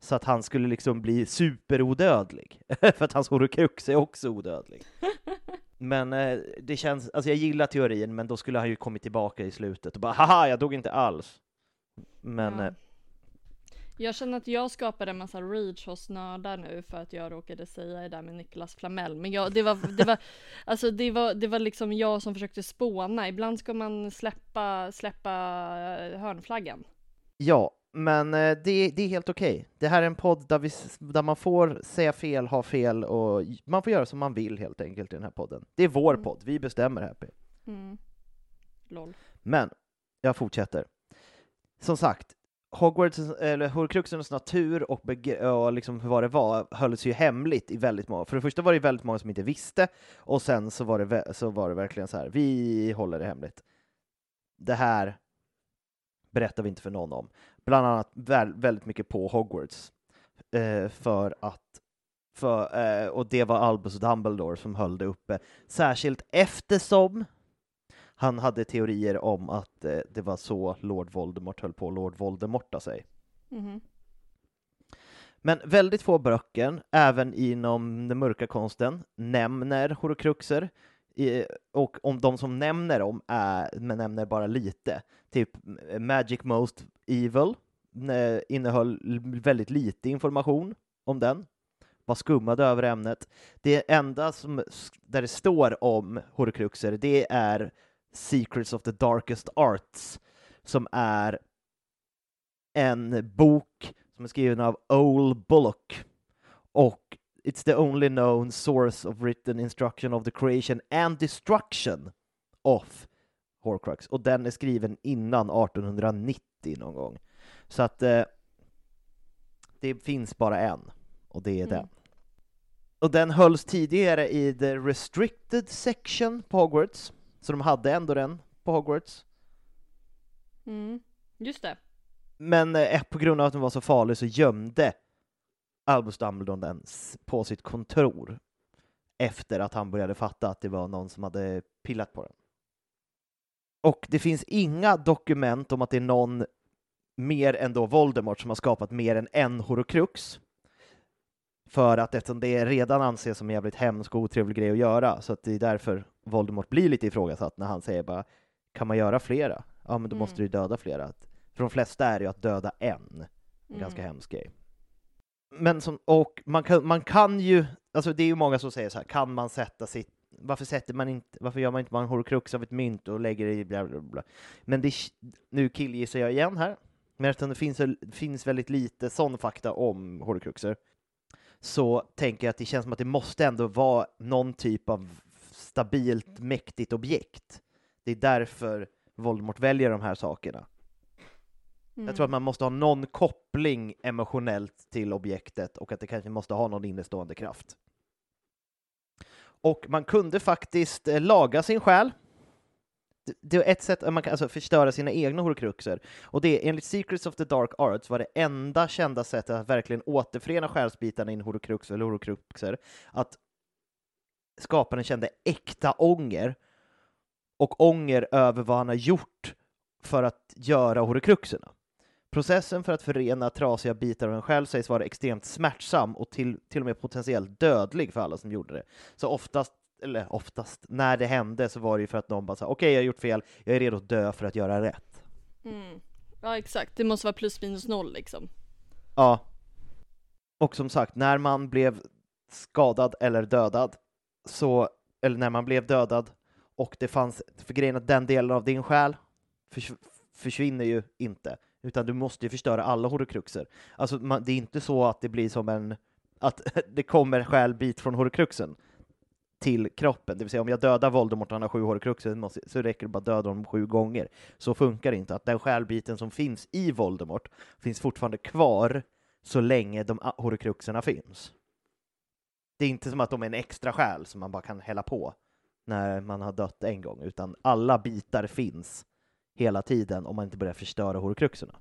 Så att han skulle liksom bli superodödlig. För att hans horcrux är också odödlig. Men det känns, alltså jag gillar teorin, men då skulle han ju kommit tillbaka i slutet och bara, haha, jag dog inte alls. Men... Jag känner att jag skapade en massa rage hos nördar nu för att jag råkade säga det där med Nicolas Flamel. Men det var liksom jag som försökte spåna. Ibland ska man släppa hörnflaggan. Ja, men det är helt okej. Det här är en podd där man får säga fel, ha fel och man får göra som man vill helt enkelt i den här podden. Det är vår podd, vi bestämmer här. Lol. Men, jag fortsätter. Som sagt, Hogwarts, eller horcruxens natur och liksom vad det var hölls ju hemligt i väldigt många. För det första var det väldigt många som inte visste, och sen så var det verkligen så här, vi håller det hemligt. Det här berättar vi inte för någon om. Bland annat väldigt mycket på Hogwarts. Och det var Albus Dumbledore som höll det uppe. Särskilt eftersom han hade teorier om att det var så Lord Voldemort höll på att Lord Voldemorta sig. Mm-hmm. Men väldigt få böcker, även inom den mörka konsten, nämner horcruxer. Och om de som nämner dem men nämner bara lite. Typ Magic Most Evil innehöll väldigt lite information om den. Var skummade över ämnet. Det enda där det står om horcruxer, det är Secrets of the Darkest Arts, som är en bok som är skriven av Ole Bullock, och it's the only known source of written instruction of the creation and destruction of Horcrux, och den är skriven innan 1890 någon gång, så att det finns bara en, och det är den. Och den hölls tidigare i the restricted section på Hogwarts. Så de hade ändå den på Hogwarts. Just det. Men på grund av att den var så farlig så gömde Albus Dumbledore den på sitt kontor efter att han började fatta att det var någon som hade pillat på den. Och det finns inga dokument om att det är någon mer än då Voldemort som har skapat mer än en horcrux. För att eftersom det redan anses som en jävligt hemsk och otrevlig grej att göra, så att det är därför Voldemort blir lite ifrågasatt när han säger bara, kan man göra flera? Ja, men då måste du döda flera. För de flesta är det ju att döda en ganska hemsk grej. Men man kan ju, alltså det är ju många som säger så här, kan man sätta sitt, varför gör man inte en horcrux av ett mynt och lägger det i bla bla bla. Men nu killgissar jag igen här, men eftersom det finns väldigt lite sån fakta om horcruxer, så tänker jag att det känns som att det måste ändå vara någon typ av stabilt, mäktigt objekt. Det är därför Voldemort väljer de här sakerna. Jag tror att man måste ha någon koppling emotionellt till objektet, och att det kanske måste ha någon innestående kraft. Och man kunde faktiskt laga sin själ. Det är ett sätt att man kan alltså förstöra sina egna horcruxer. Och det, enligt Secrets of the Dark Arts, var det enda kända sättet att verkligen återförena själsbitarna i en horcrux eller horcruxer, att skaparen kände äkta ånger, och ånger över vad han har gjort för att göra horcruxerna. Processen för att förena trasiga bitar av en själ sägs vara extremt smärtsam och till och med potentiellt dödlig för alla som gjorde det. Så oftast när det hände så var det ju för att någon bara sa, okej, jag har gjort fel, jag är redo att dö för att göra rätt. Ja, exakt. Det måste vara plus minus noll liksom. Ja. Och som sagt, när man blev skadad eller dödad, eller när man blev dödad och det fanns, för grejen att den delen av din själ försvinner ju inte, utan du måste ju förstöra alla horcruxer. Alltså det är inte så att det blir som att det kommer själbit från horcruxen till kroppen. Det vill säga, om jag dödar Voldemort och han har 7 horcruxer, så räcker det bara döda dem 7 gånger. Så funkar det inte. Att den själbiten som finns i Voldemort finns fortfarande kvar så länge de horcruxerna finns. Det är inte som att de är en extra själ som man bara kan hälla på när man har dött en gång, utan alla bitar finns hela tiden om man inte börjar förstöra horcruxerna.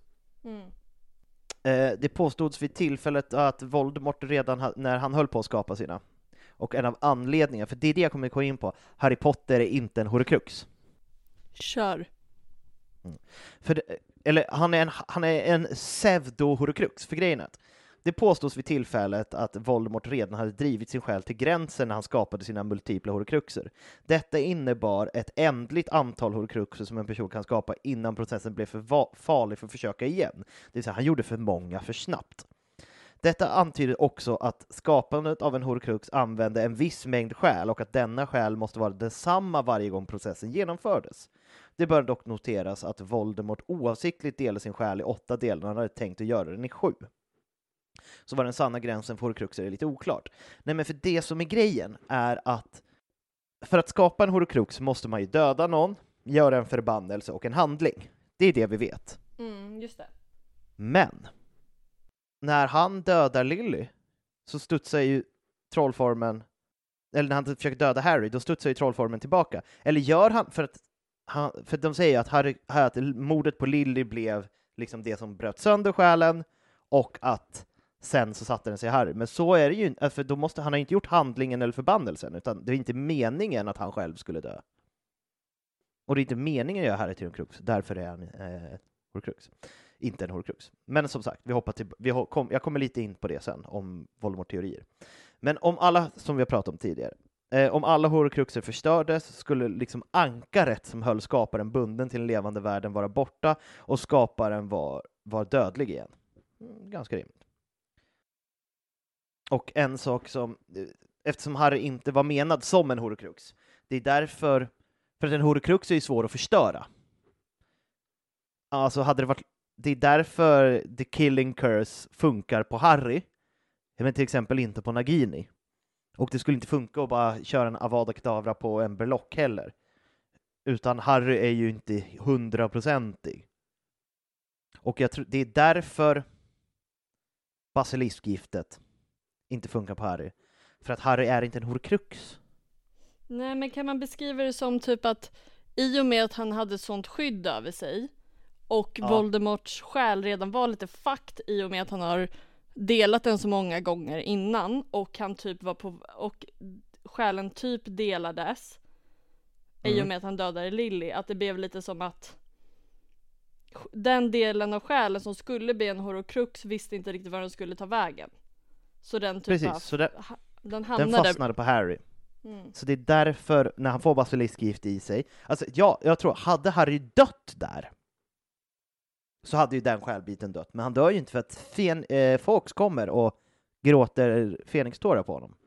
Det påstods vid tillfället att Voldemort redan när han höll på att skapa sina, och en av anledningarna, för det är det jag kommer att gå in på, Harry Potter är inte en horcrux. Kör. Han är en pseudo-horcrux, för grejen är att Det påstås vid tillfället att Voldemort redan hade drivit sin själ till gränsen när han skapade sina multipla horcruxer. Detta innebar ett ändligt antal horcruxer som en person kan skapa innan processen blev för farlig för att försöka igen. Det vill säga, han gjorde för många för snabbt. Detta antyder också att skapandet av en horcrux använde en viss mängd själ och att denna själ måste vara densamma varje gång processen genomfördes. Det bör dock noteras att Voldemort oavsiktligt delade sin själ i 8 delar när han hade tänkt att göra den i 7. Så var den sanna gränsen för horcruxer är lite oklart. Nej, men för det som är grejen är att för att skapa en horcrux måste man ju döda någon, göra en förbannelse och en handling. Det är det vi vet. Just det. Men när han dödar Lily så studsar ju trollformen, eller när han försöker döda Harry, då studsar ju trollformen tillbaka. Eller gör han, för de säger att mordet på Lily blev liksom det som bröt sönder själen och att sen så satte den sig i Harry. Men så är det ju, för då måste han ha inte gjort handlingen eller förbannelsen, utan det är inte meningen att han själv skulle dö. Och det är inte meningen att göra Harry till en horcrux, därför är han horcrux. Inte en horcrux. Men som sagt, jag kommer lite in på det sen, om Voldemort-teorier. Men om alla, som vi har pratat om tidigare, om alla horcruxer förstördes skulle liksom ankaret som höll skaparen bunden till den levande världen vara borta och skaparen var dödlig igen. Ganska rimligt. Och en sak som, eftersom Harry inte var menad som en horcrux, det är därför, för att en horcrux är ju svår att förstöra. Alltså det är därför The Killing Curse funkar på Harry, men till exempel inte på Nagini. Och det skulle inte funka att bara köra en Avada Kedavra på en Berlock heller. Utan Harry är ju inte 100%ig. Och jag tror det är därför basiliskgiftet inte funkar på Harry. För att Harry är inte en horcrux. Nej, men kan man beskriva det som typ att i och med att han hade sånt skydd över sig och Voldemorts själ redan var lite fucked i och med att han har delat den så många gånger innan och han typ var på, och själen typ delades i och med att han dödade Lily, att det blev lite som att den delen av själen som skulle bli en horcrux visste inte riktigt var den skulle ta vägen. Så den typ den fastnade på Harry. Så det är därför när han får basiliskgift i sig, alltså jag tror, hade Harry dött där så hade ju den själbiten dött, men han dör ju inte för att Fawkes kommer och gråter fenixtårar på honom.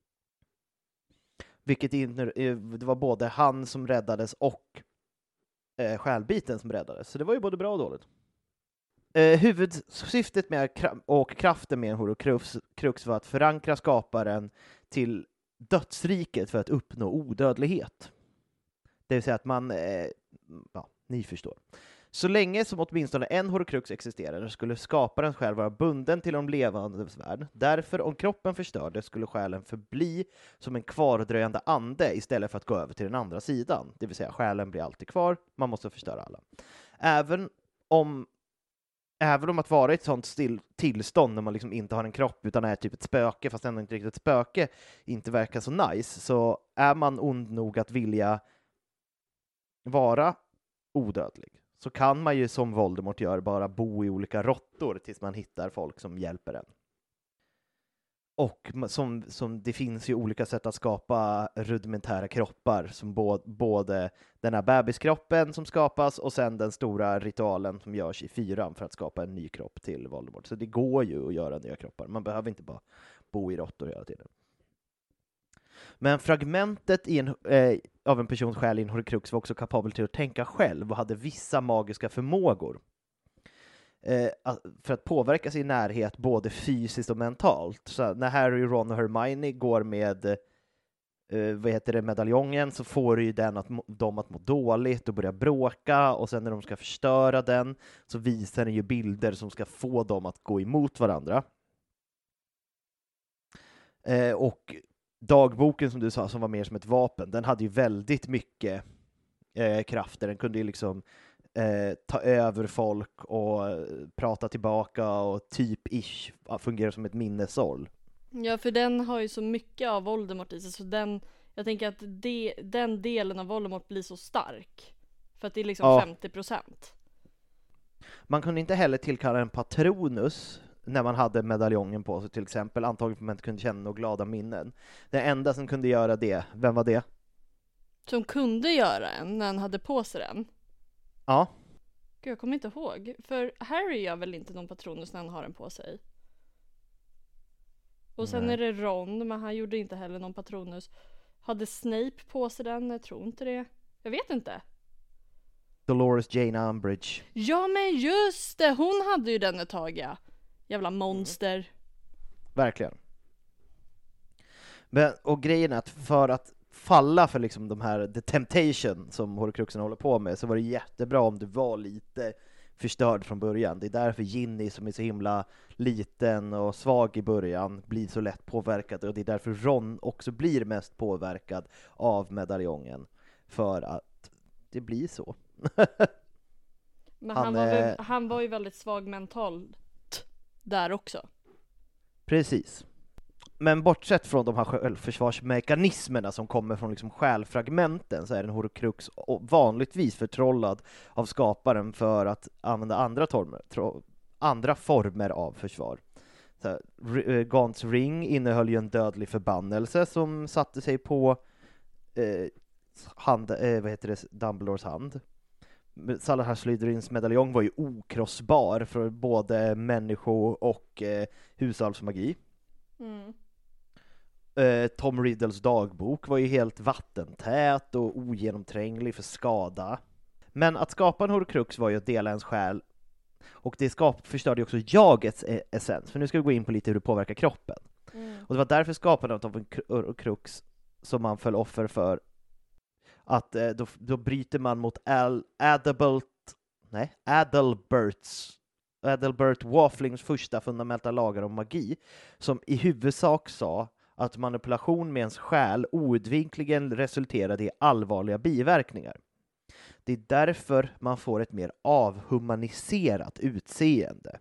Vilket det var både han som räddades och själbiten som räddades, så det var ju både bra och dåligt. Huvudsyftet med och kraften med en horcrux var att förankra skaparen till dödsriket för att uppnå odödlighet. Det vill säga att man, ni förstår. Så länge som åtminstone en horcrux existerade skulle skaparen själv vara bunden till de levandes värld. Därför om kroppen förstördes skulle själen förbli som en kvardröjande ande istället för att gå över till den andra sidan. Det vill säga själen blir alltid kvar, man måste förstöra alla. Även om att vara i ett sånt tillstånd när man liksom inte har en kropp utan är typ ett spöke, fast ändå inte riktigt ett spöke, inte verkar så nice, så är man ond nog att vilja vara odödlig, så kan man ju som Voldemort gör bara bo i olika råttor tills man hittar folk som hjälper en. Och som det finns ju olika sätt att skapa rudimentära kroppar, som både den här bebiskroppen som skapas och sen den stora ritualen som görs i 4:an för att skapa en ny kropp till Voldemort. Så det går ju att göra nya kroppar. Man behöver inte bara bo i råttor hela tiden. Men fragmentet av en persons själ i en horcrux var också kapabel till att tänka själv och hade vissa magiska förmågor. För att påverka sin närhet både fysiskt och mentalt. Så när Harry, Ron och Hermione går med medaljongen, så får ju dem att må dåligt och börja bråka, och sen när de ska förstöra den så visar den ju bilder som ska få dem att gå emot varandra. Och dagboken som du sa, som var mer som ett vapen, den hade ju väldigt mycket krafter. Den kunde ju liksom ta över folk och prata tillbaka och typ-ish fungera som ett minnesål. Ja, för den har ju så mycket av Voldemort i sig, så jag tänker att den delen av Voldemort blir så stark. För att det är liksom 50%. Man kunde inte heller tillkalla en Patronus när man hade medaljongen på sig till exempel, antagligen för att man inte kunde känna några glada minnen. Den enda som kunde göra det, vem var det? Som kunde göra en när han hade på sig den? Ja. Gud, jag kommer inte ihåg. För Harry gör väl inte någon Patronus när han har den på sig? Och sen är det Ron, men han gjorde inte heller någon Patronus. Hade Snape på sig den? Jag tror inte det. Jag vet inte. Dolores Jane Umbridge. Ja, men just det! Hon hade ju den ett tag, ja. Jävla monster. Verkligen. Men, och grejen är att för att falla för liksom de här The Temptation som Horcruxen håller på med, så var det jättebra om du var lite förstörd från början. Det är därför Ginny, som är så himla liten och svag i början, blir så lätt påverkad, och det är därför Ron också blir mest påverkad av medaljongen, för att det blir så. Men han var ju väldigt svag mentalt där också. Precis. Men bortsett från de här självförsvarsmekanismerna som kommer från liksom själfragmenten, så är en Horcrux vanligtvis förtrollad av skaparen för att använda andra former av försvar. Gaunts ring innehöll ju en dödlig förbannelse som satte sig på Dumbledores hand. Salazar Slytherins medaljong var ju okrossbar för både människo- och husalvsmagi. Tom Riddles dagbok var ju helt vattentät och ogenomtränglig för skada. Men att skapa en Horcrux var ju att dela ens själ, och det förstörde ju också jagets essens. För nu ska vi gå in på lite hur det påverkar kroppen. Och det var därför skapandet av en Horcrux som man föll offer för, att då bryter man mot Adalbert Wafflings första fundamentala lagar om magi, som i huvudsak sa att manipulation med ens själ oundvikligen resulterade i allvarliga biverkningar. Det är därför man får ett mer avhumaniserat utseende.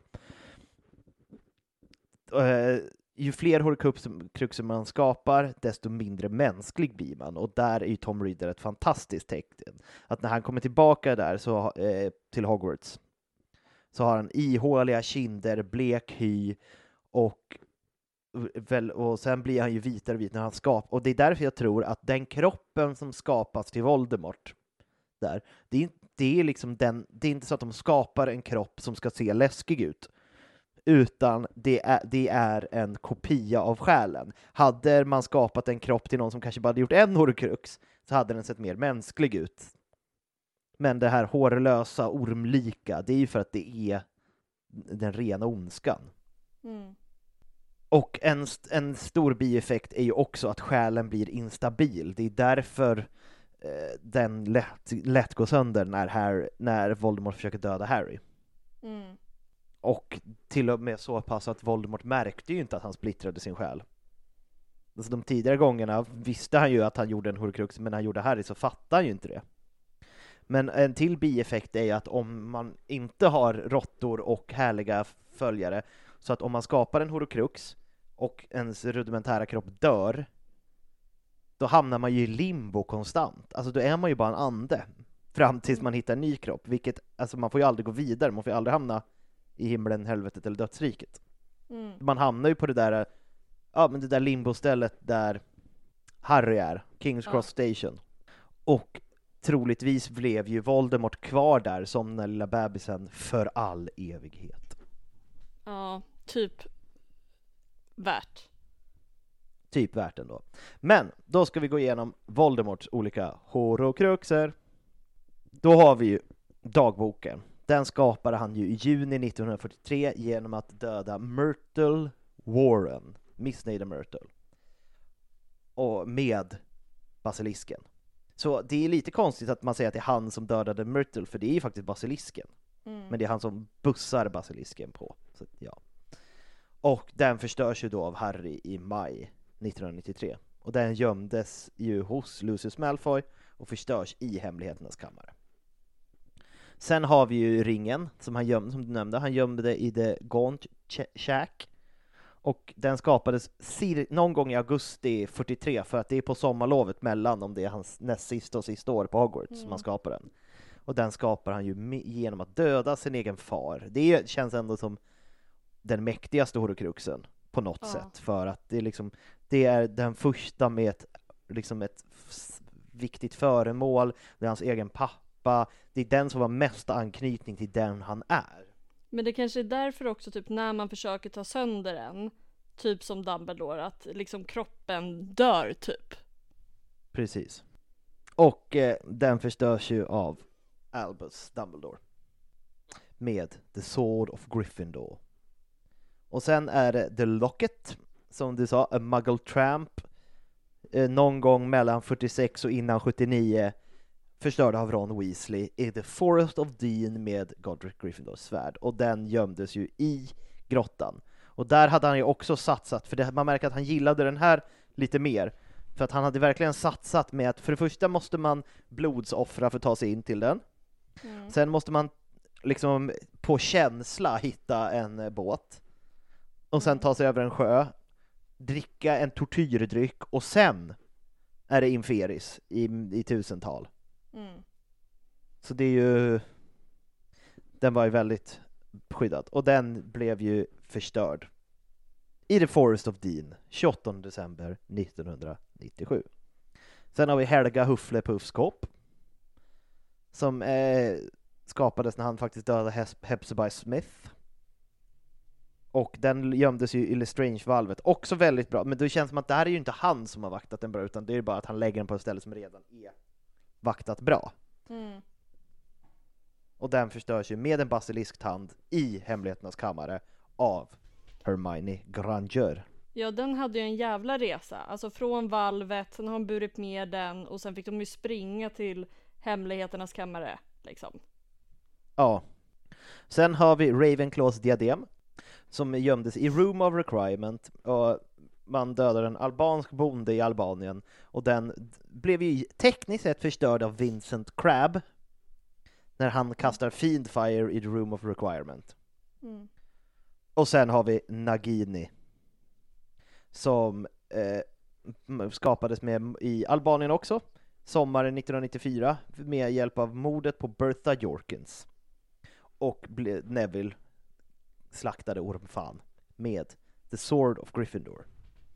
Ju fler Horcruxer man skapar, desto mindre mänsklig blir man. Och där är ju Tom Riddle ett fantastiskt tecken. Att när han kommer tillbaka där till Hogwarts, så har han ihåliga kinder, blek hy, och sen blir han ju vitare och vit när han skapar. Och det är därför jag tror att den kroppen som skapas till Voldemort där, det är inte så att de skapar en kropp som ska se läskig ut, utan det är en kopia av själen. Hade man skapat en kropp till någon som kanske bara hade gjort en Horcrux, så hade den sett mer mänsklig ut. Men det här hårlösa, ormlika, det är ju för att det är den rena ondskan. Och en stor bieffekt är ju också att själen blir instabil. Det är därför den lätt går sönder när Voldemort försöker döda Harry. Och till och med så pass att Voldemort märkte ju inte att han splittrade sin själ. Alltså de tidigare gångerna visste han ju att han gjorde en Horcrux, men när han gjorde Harry så fattade han ju inte det. Men en till bieffekt är att om man inte har råttor och härliga följare, så att om man skapar en Horcrux och ens rudimentära kropp dör, då hamnar man ju i limbo konstant. Alltså då är man ju bara en ande fram tills man hittar en ny kropp, vilket, alltså man får ju aldrig gå vidare, man får ju aldrig hamna i himlen, helvetet eller dödsriket. Man hamnar ju på det där limbostället där Harry är, King's Cross Station. Och troligtvis blev ju Voldemort kvar där som den lilla bebisen för all evighet. Ja, typ värt Ändå. Men då ska vi gå igenom Voldemorts olika Horcruxer. Då har vi ju dagboken. Den skapade han ju i juni 1943 genom att döda Myrtle Warren, Miss Nader Myrtle, och med basilisken. Så det är lite konstigt att man säger att det är han som dödade Myrtle, för det är ju faktiskt basilisken. Men det är han som bussar basilisken på. Så, ja. Och den förstörs ju då av Harry i maj 1993. Och den gömdes ju hos Lucius Malfoy och förstörs i hemligheternas kammare. Sen har vi ju ringen som han gömde, som du nämnde. Han gömde det i The Gaunt Shack. Och den skapades någon gång i augusti 43, för att det är på sommarlovet mellan, om det är hans näst sista och sista år på Hogwarts som han skapar den. Och den skapar han ju genom att döda sin egen far. Det känns ändå som, den mäktigaste horcruxen på något sätt, för att det är den första med ett viktigt föremål, det är hans egen pappa, det är den som har mest anknytning till den han är. Men det kanske är därför också typ när man försöker ta sönder den, typ som Dumbledore, att liksom kroppen dör typ. Precis. Och den förstörs ju av Albus Dumbledore med The Sword of Gryffindor. Och sen är det The Locket, som du sa, A Muggle Tramp, någon gång mellan 46 och innan 79, förstörd av Ron Weasley i The Forest of Dean med Godric Gryffindors svärd. Och den gömdes ju i grottan. Och där hade han ju också satsat, för man märker att han gillade den här lite mer. För att han hade verkligen satsat med att för det första måste man blodsoffra för att ta sig in till den. Sen måste man liksom på känsla hitta en båt. Och sen ta sig över en sjö, dricka en tortyrdryck och sen är det Inferis i tusental. Så det är ju, den var ju väldigt skyddad och den blev ju förstörd i The Forest of Dean 28 december 1997. Sen har vi Helga Hufflepuffskop som skapades när han faktiskt dödade Hepzibah Smith. Och den gömdes ju i Lestrange-valvet. Också väldigt bra, men det känns som att det här är ju inte han som har vaktat den bra, utan det är bara att han lägger den på ett ställe som redan är vaktat bra. Och den förstörs ju med en basilisk-tand i Hemligheternas kammare av Hermione Granger. Ja, den hade ju en jävla resa. Alltså från valvet, sen har de burit med den och sen fick de ju springa till Hemligheternas kammare, liksom. Ja. Sen har vi Ravenclaws diadem som gömdes i Room of Requirement, och man dödade en albansk bonde i Albanien, och den blev ju tekniskt sett förstörd av Vincent Crabbe när han kastar Fiendfire i The Room of Requirement. Och sen har vi Nagini som skapades med i Albanien också sommaren 1994 med hjälp av mordet på Bertha Jorkins, och Neville slaktade Ormfan med The Sword of Gryffindor.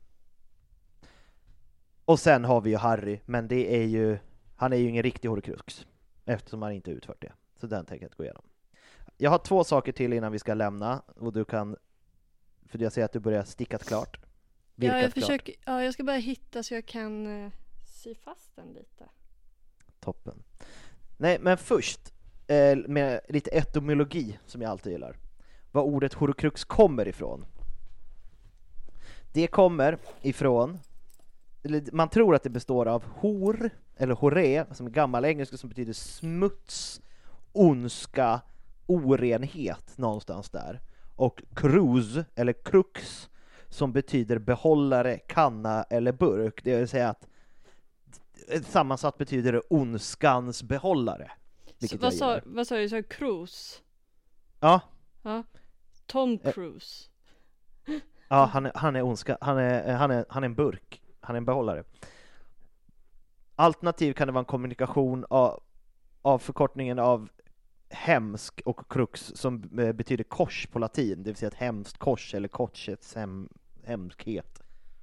Och sen har vi ju Harry, men han är ju ingen riktig horcrux eftersom han inte utfört det. Så den tänker jag inte gå igenom. Jag har 2 saker till innan vi ska lämna, och du kan, för jag ser att du börjar stickat klart. Jag ska bara hitta så jag kan sy fast den lite. Toppen. Nej, men först med lite etymologi som jag alltid gillar. Vad ordet horcrux kommer ifrån. Det kommer ifrån, man tror att det består av hor eller horé, som är gammal engelska som betyder smuts, ondska, orenhet någonstans där, och cruz eller crux som betyder behållare, kanna eller burk. Det vill säga att sammansatt betyder det ondskans behållare. Vad sa du? Så Cruise? Ja. Tom Cruise. Ja, han är ondska. Han är en burk. Han är en behållare. Alternativ kan det vara en kommunikation av förkortningen av hemsk och crux, som betyder kors på latin, det vill säga ett hemskt kors eller korsets hemskhet.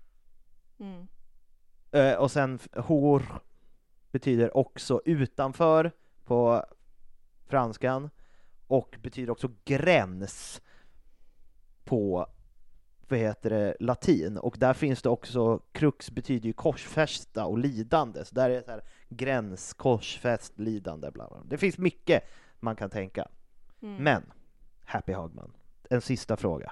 Och sen hor betyder också utanför på franskan, och betyder också gräns på latin, och där finns det också, crux betyder ju korsfästa och lidande, så där är det så här gräns, korsfäst, lidande, bla bla. Det finns mycket man kan tänka. Men Happy Hagman, en sista fråga.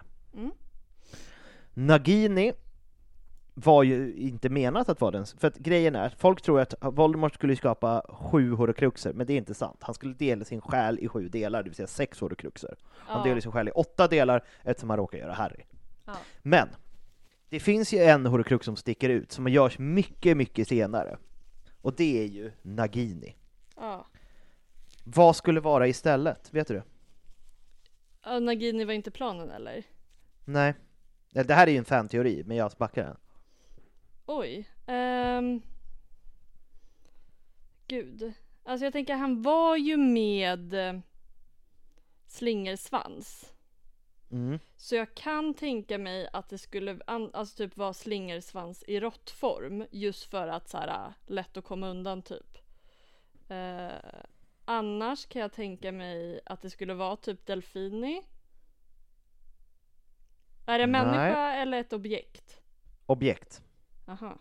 Nagini var ju inte menat att vara den, för att grejen är, folk tror att Voldemort skulle skapa 7 horcruxer, men det är inte sant. Han skulle dela sin själ i 7 delar, det vill säga 6 horcruxer. Han delar sin själ i 8 delar eftersom han råkar göra Harry. Men det finns ju en horcrux som sticker ut, som görs mycket, mycket senare, och det är ju Nagini. Vad skulle vara istället? Vet du det? Nagini var inte planen, eller? Nej. Det här är ju en fan-teori, men jag backar den. Oj. Gud. Alltså jag tänker, han var ju med Slingersvans. Så jag kan tänka mig att det skulle alltså typ vara slingersvans i råttform. Just för att så här, lätt att komma undan typ. Annars kan jag tänka mig att det skulle vara typ delfini. Är det människa eller ett objekt? Objekt. Aha.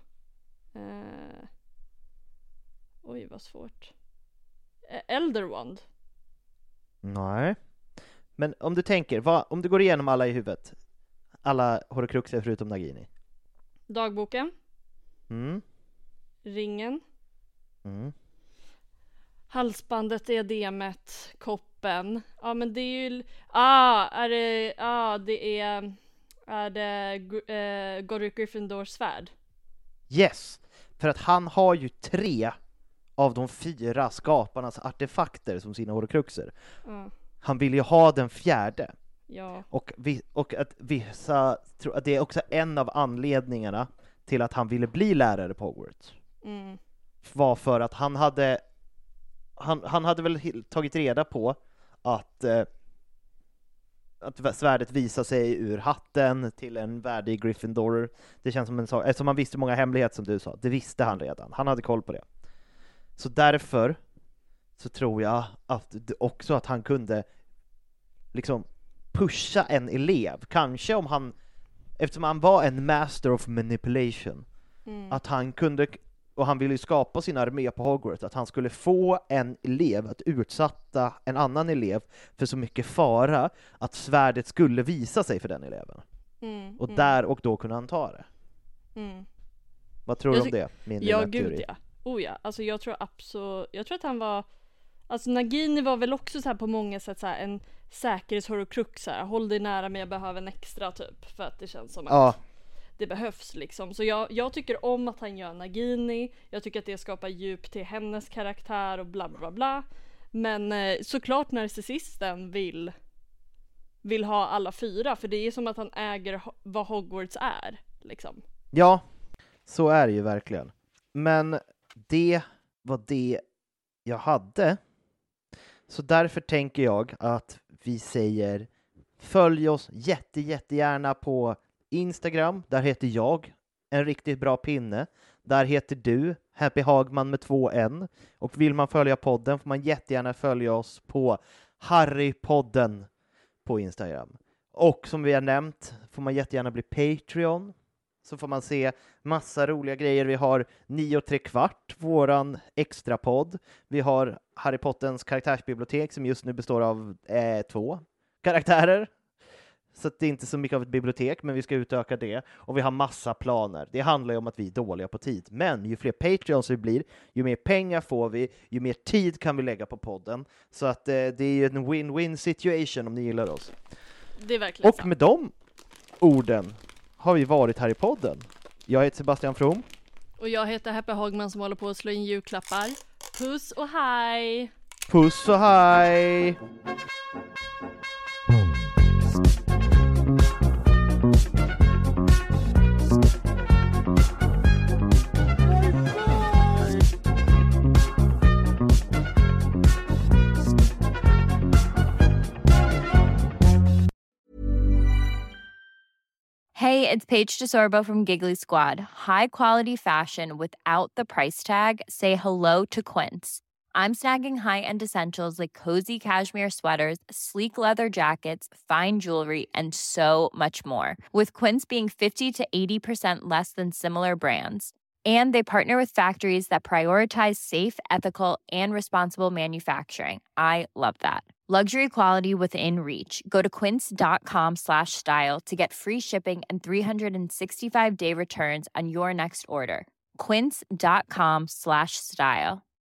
Oj, vad svårt. Elder Wand? Nej. Men om du tänker, om du går igenom alla i huvudet. Alla horcruxer förutom Nagini. Dagboken? Mm. Ringen? Mm. Halsbandet, diademet, koppen. Ja, men det är ju... Är det Godric Gryffindors svärd? Yes, för att han har ju 3 av de 4 skaparnas artefakter som sina horcruxer. Han vill ju ha den 4:e. Ja. Och att vissa tror att det är också en av anledningarna till att han ville bli lärare på Hogwarts. Var för att han hade väl tagit reda på att svärdet visar sig ur hatten till en värdig Gryffindor. Det känns som en sak, eftersom han visste många hemligheter som du sa. Det visste han redan. Han hade koll på det. Så därför så tror jag också att han kunde liksom pusha en elev. Kanske om han, eftersom han var en master of manipulation, att han kunde, och han ville ju skapa sin armé på Hogwarts, att han skulle få en elev att utsätta en annan elev för så mycket fara att svärdet skulle visa sig för den eleven. Och där och då kunde han ta det. Vad tror du om det? Min lilla teori. Ja. Ja. Alltså jag tror att han var, alltså Nagini var väl också så här på många sätt så här en säkerhetshorcrux, håll dig nära mig, jag behöver en extra typ, för att det känns som att det behövs liksom. Så jag tycker om att han gör Nagini. Jag tycker att det skapar djup till hennes karaktär och bla bla bla. Men såklart narcissisten vill ha alla 4, för det är som att han äger vad Hogwarts är liksom. Ja, så är det ju verkligen. Men det var det jag hade. Så därför tänker jag att vi säger följ oss jättegärna på Instagram. Där heter jag en riktigt bra pinne. Där heter du Happy Hagman med 2 N. Och vill man följa podden får man jättegärna följa oss på Harrypodden på Instagram. Och som vi har nämnt får man jättegärna bli Patreon. Så får man se massa roliga grejer. Vi har 9 3/4, våran extra podd. Vi har Harry Potters karaktärsbibliotek som just nu består av 2 karaktärer. Så det är inte så mycket av ett bibliotek, men vi ska utöka det. Och vi har massa planer. Det handlar ju om att vi är dåliga på tid. Men ju fler Patreons vi blir, ju mer pengar får vi, ju mer tid kan vi lägga på podden. Så att det är ju en win-win situation om ni gillar oss. Det är verkligen och med de orden har vi varit här i podden. Jag heter Sebastian From. Och jag heter Happy Hagman som håller på att slå in julklappar. Puss och hej! Puss och hej! Hey, it's Paige DeSorbo from Giggly Squad. High quality fashion without the price tag. Say hello to Quince. I'm snagging high-end essentials like cozy cashmere sweaters, sleek leather jackets, fine jewelry, and so much more. With Quince being 50 to 80% less than similar brands. And they partner with factories that prioritize safe, ethical, and responsible manufacturing. I love that. Luxury quality within reach. Go to quince.com/style to get free shipping and 365-day returns on your next order. Quince.com/style.